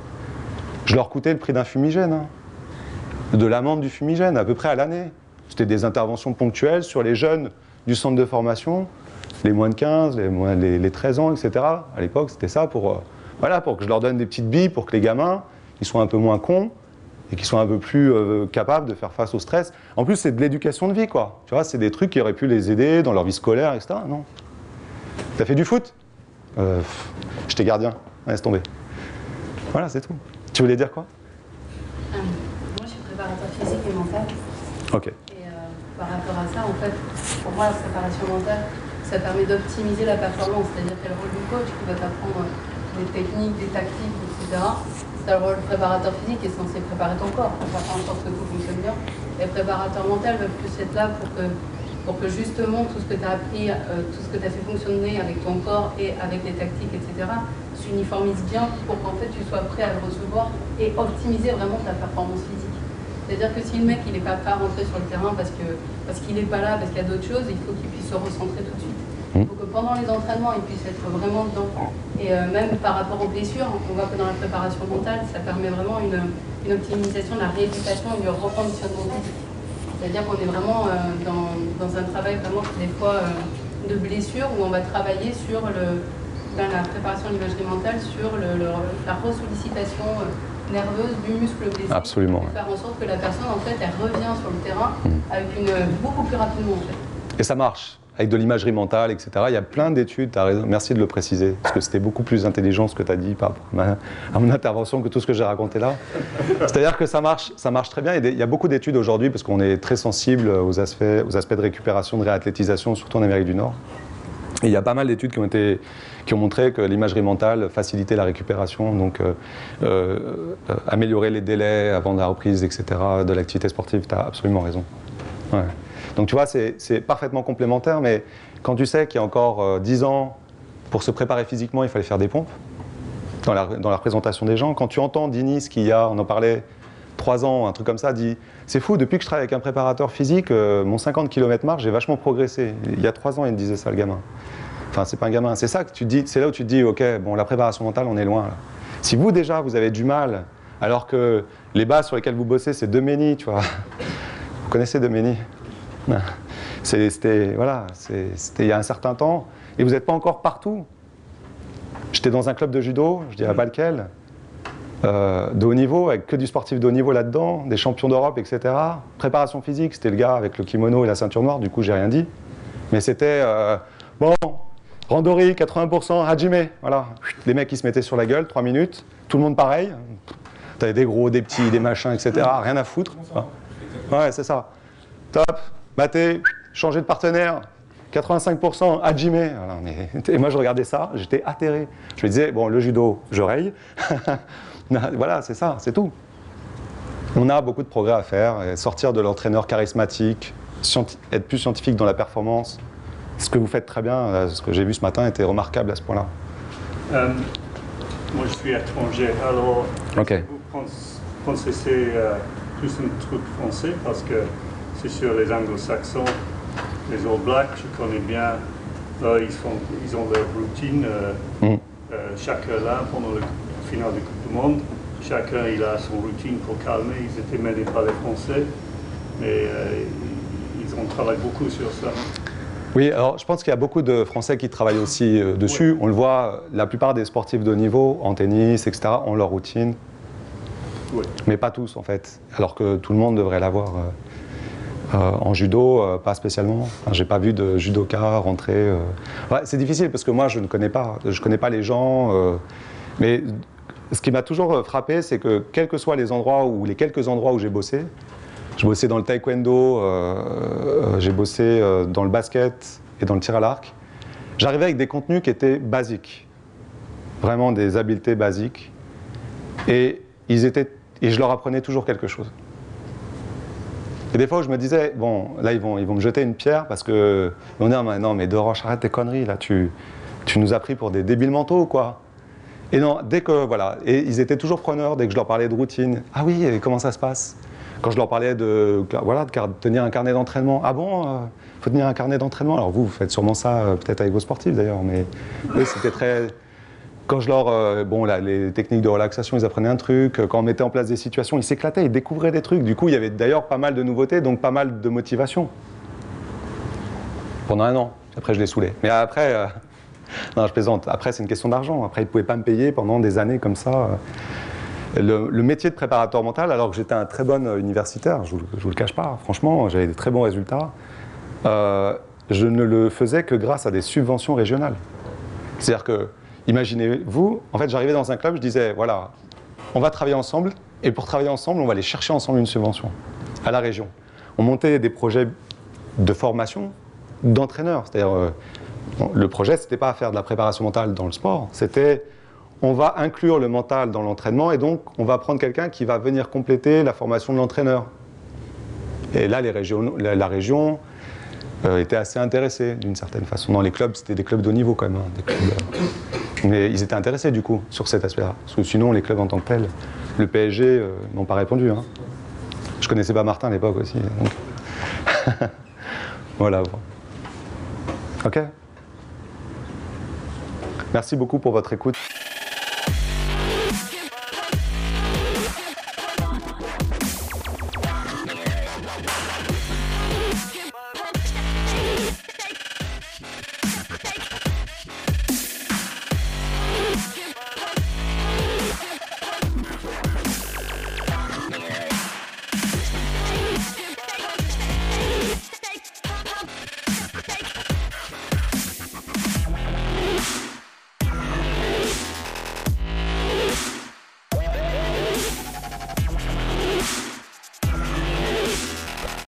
Je leur coûtais le prix d'un fumigène, hein, de l'amende du fumigène, à peu près à l'année. C'était des interventions ponctuelles sur les jeunes du centre de formation, les moins de 15, les 13 ans, etc. À l'époque, c'était ça pour que je leur donne des petites billes pour que les gamins, ils soient un peu moins cons et qu'ils soient un peu plus capables de faire face au stress. En plus, c'est de l'éducation de vie, quoi. Tu vois, c'est des trucs qui auraient pu les aider dans leur vie scolaire, etc. Non. T'as fait du foot? J'étais gardien. Laisse tomber. Voilà, c'est tout. Tu voulais dire quoi? Moi, je suis préparateur physique et mental. Ok. Et par rapport à ça, en fait, pour moi, la préparation mentale, ça permet d'optimiser la performance. C'est-à-dire qu'il y a le rôle du coach qui va t'apprendre des techniques, des tactiques, etc. C'est le rôle du préparateur physique qui est censé préparer ton corps, pour faire en sorte que tout fonctionne bien. Et le préparateur mental va plus être là pour que justement tout ce que tu as appris, tout ce que tu as fait fonctionner avec ton corps et avec les tactiques, etc., s'uniformise bien pour qu'en fait tu sois prêt à le recevoir et optimiser vraiment ta performance physique. C'est-à-dire que si le mec il n'est pas prêt à rentrer sur le terrain parce qu'il n'est pas là, parce qu'il y a d'autres choses, il faut qu'il puisse se recentrer tout de suite. Il faut que pendant les entraînements, il puisse être vraiment dedans. Et même par rapport aux blessures, on voit que dans la préparation mentale, ça permet vraiment une optimisation de la rééducation et du reconditionnement physique. C'est-à-dire qu'on est vraiment dans un travail vraiment des fois de blessure où on va travailler sur dans la préparation de l'imagerie mentale sur la ressollicitation nerveuse du muscle blessé. Absolument. Pour faire en sorte que la personne en fait elle revient sur le terrain avec beaucoup plus rapidement en fait. Et ça marche. Avec de l'imagerie mentale, etc. Il y a plein d'études, tu as raison. Merci de le préciser, parce que c'était beaucoup plus intelligent ce que tu as dit par rapport à mon intervention que tout ce que j'ai raconté là. C'est-à-dire que ça marche très bien. Il y a beaucoup d'études aujourd'hui, parce qu'on est très sensible aux aspects de récupération, de réathlétisation, surtout en Amérique du Nord. Et il y a pas mal d'études qui ont montré que l'imagerie mentale facilitait la récupération, donc améliorer les délais avant la reprise, etc., de l'activité sportive. Tu as absolument raison. Ouais. Donc tu vois, c'est parfaitement complémentaire, mais quand tu sais qu'il y a encore 10 ans, pour se préparer physiquement, il fallait faire des pompes, dans la représentation des gens, quand tu entends Dinis, on en parlait 3 ans, un truc comme ça, dit « C'est fou, depuis que je travaille avec un préparateur physique, mon 50 km marche, j'ai vachement progressé. » Il y a 3 ans, il me disait ça, le gamin. Enfin, c'est pas un gamin, c'est ça que tu te dis, c'est là où tu te dis « Ok, bon, la préparation mentale, on est loin. » Là. Si vous, déjà, vous avez du mal, alors que les bases sur lesquelles vous bossez, c'est Demeny, tu vois. Vous connaissez Demeny? C'était il y a un certain temps, et vous n'êtes pas encore partout. J'étais dans un club de judo, je ne dirais pas lequel, de haut niveau, avec que du sportif de haut niveau là-dedans, des champions d'Europe, etc. Préparation physique, c'était le gars avec le kimono et la ceinture noire, du coup j'ai rien dit. Mais c'était, bon, randori, 80%, hajime, voilà. Les mecs qui se mettaient sur la gueule, 3 minutes, tout le monde pareil. T'avais des gros, des petits, des machins, etc. Rien à foutre. Ouais, c'est ça. Top. Maté, changer de partenaire, 85%, hajime. Et moi, je regardais ça, j'étais atterré. Je me disais, bon, le judo, je raye. Voilà, c'est ça, c'est tout. On a beaucoup de progrès à faire, et sortir de l'entraîneur charismatique, être plus scientifique dans la performance, Ce que vous faites très bien, ce que j'ai vu ce matin était remarquable à ce point-là. Moi, je suis étranger, alors Ok. vous pensez que c'est plus un truc français parce que c'est sur les anglo-saxons, les All Blacks, je connais bien, ils ont leur routine, chacun là pendant le final de Coupe du Monde, chacun il a son routine pour calmer, ils étaient menés par les Français, mais on travaille beaucoup sur ça. Oui, alors je pense qu'il y a beaucoup de Français qui travaillent aussi dessus. Oui. On le voit, la plupart des sportifs de haut niveau, en tennis, etc., ont leur routine. Oui. Mais pas tous, en fait. Alors que tout le monde devrait l'avoir. En judo, pas spécialement. Enfin, j'ai pas vu de judoka rentrer. Ouais, c'est difficile parce que moi, je ne connais pas. Je connais pas les gens. Mais ce qui m'a toujours frappé, c'est que quels que soient les endroits ou les quelques endroits où j'ai bossé, j'ai bossé dans le taekwondo, j'ai bossé dans le basket et dans le tir à l'arc. J'arrivais avec des contenus qui étaient basiques, vraiment des habiletés basiques, et je leur apprenais toujours quelque chose. Et des fois où je me disais, bon, là ils vont me jeter une pierre parce que on dit non mais Doroche, arrête tes conneries là, tu nous as pris pour des débiles mentaux ou quoi? Et non, dès que voilà, et ils étaient toujours preneurs dès que je leur parlais de routine. Ah oui, et comment ça se passe? Quand je leur parlais de tenir un carnet d'entraînement, ah bon, faut tenir un carnet d'entraînement. Alors vous faites sûrement ça, peut-être avec vos sportifs d'ailleurs, mais oui, c'était très. Quand je leur, bon là, les techniques de relaxation, ils apprenaient un truc. Quand on mettait en place des situations, ils s'éclataient, ils découvraient des trucs. Du coup, il y avait d'ailleurs pas mal de nouveautés, donc pas mal de motivation. Pendant un an. Après, je les saoulais. Mais après, non, je plaisante. Après, c'est une question d'argent. Après, ils ne pouvaient pas me payer pendant des années comme ça. Le métier de préparateur mental, alors que j'étais un très bon universitaire, je vous le cache pas, franchement, j'avais des très bons résultats, je ne le faisais que grâce à des subventions régionales. C'est-à-dire que, imaginez-vous, en fait, j'arrivais dans un club, je disais, voilà, on va travailler ensemble, et pour travailler ensemble, on va aller chercher ensemble une subvention à la région. On montait des projets de formation d'entraîneurs, c'est-à-dire, le projet, c'était pas faire de la préparation mentale dans le sport, c'était on va inclure le mental dans l'entraînement et donc on va prendre quelqu'un qui va venir compléter la formation de l'entraîneur. Et là, la région était assez intéressée d'une certaine façon. Dans les clubs, c'était des clubs de haut niveau quand même. Hein, des clubs, mais ils étaient intéressés du coup sur cet aspect-là. Parce que sinon, les clubs en tant que tels, le PSG n'ont pas répondu. Hein. Je connaissais pas Martin à l'époque aussi. Donc... voilà. Ok. Merci beaucoup pour votre écoute.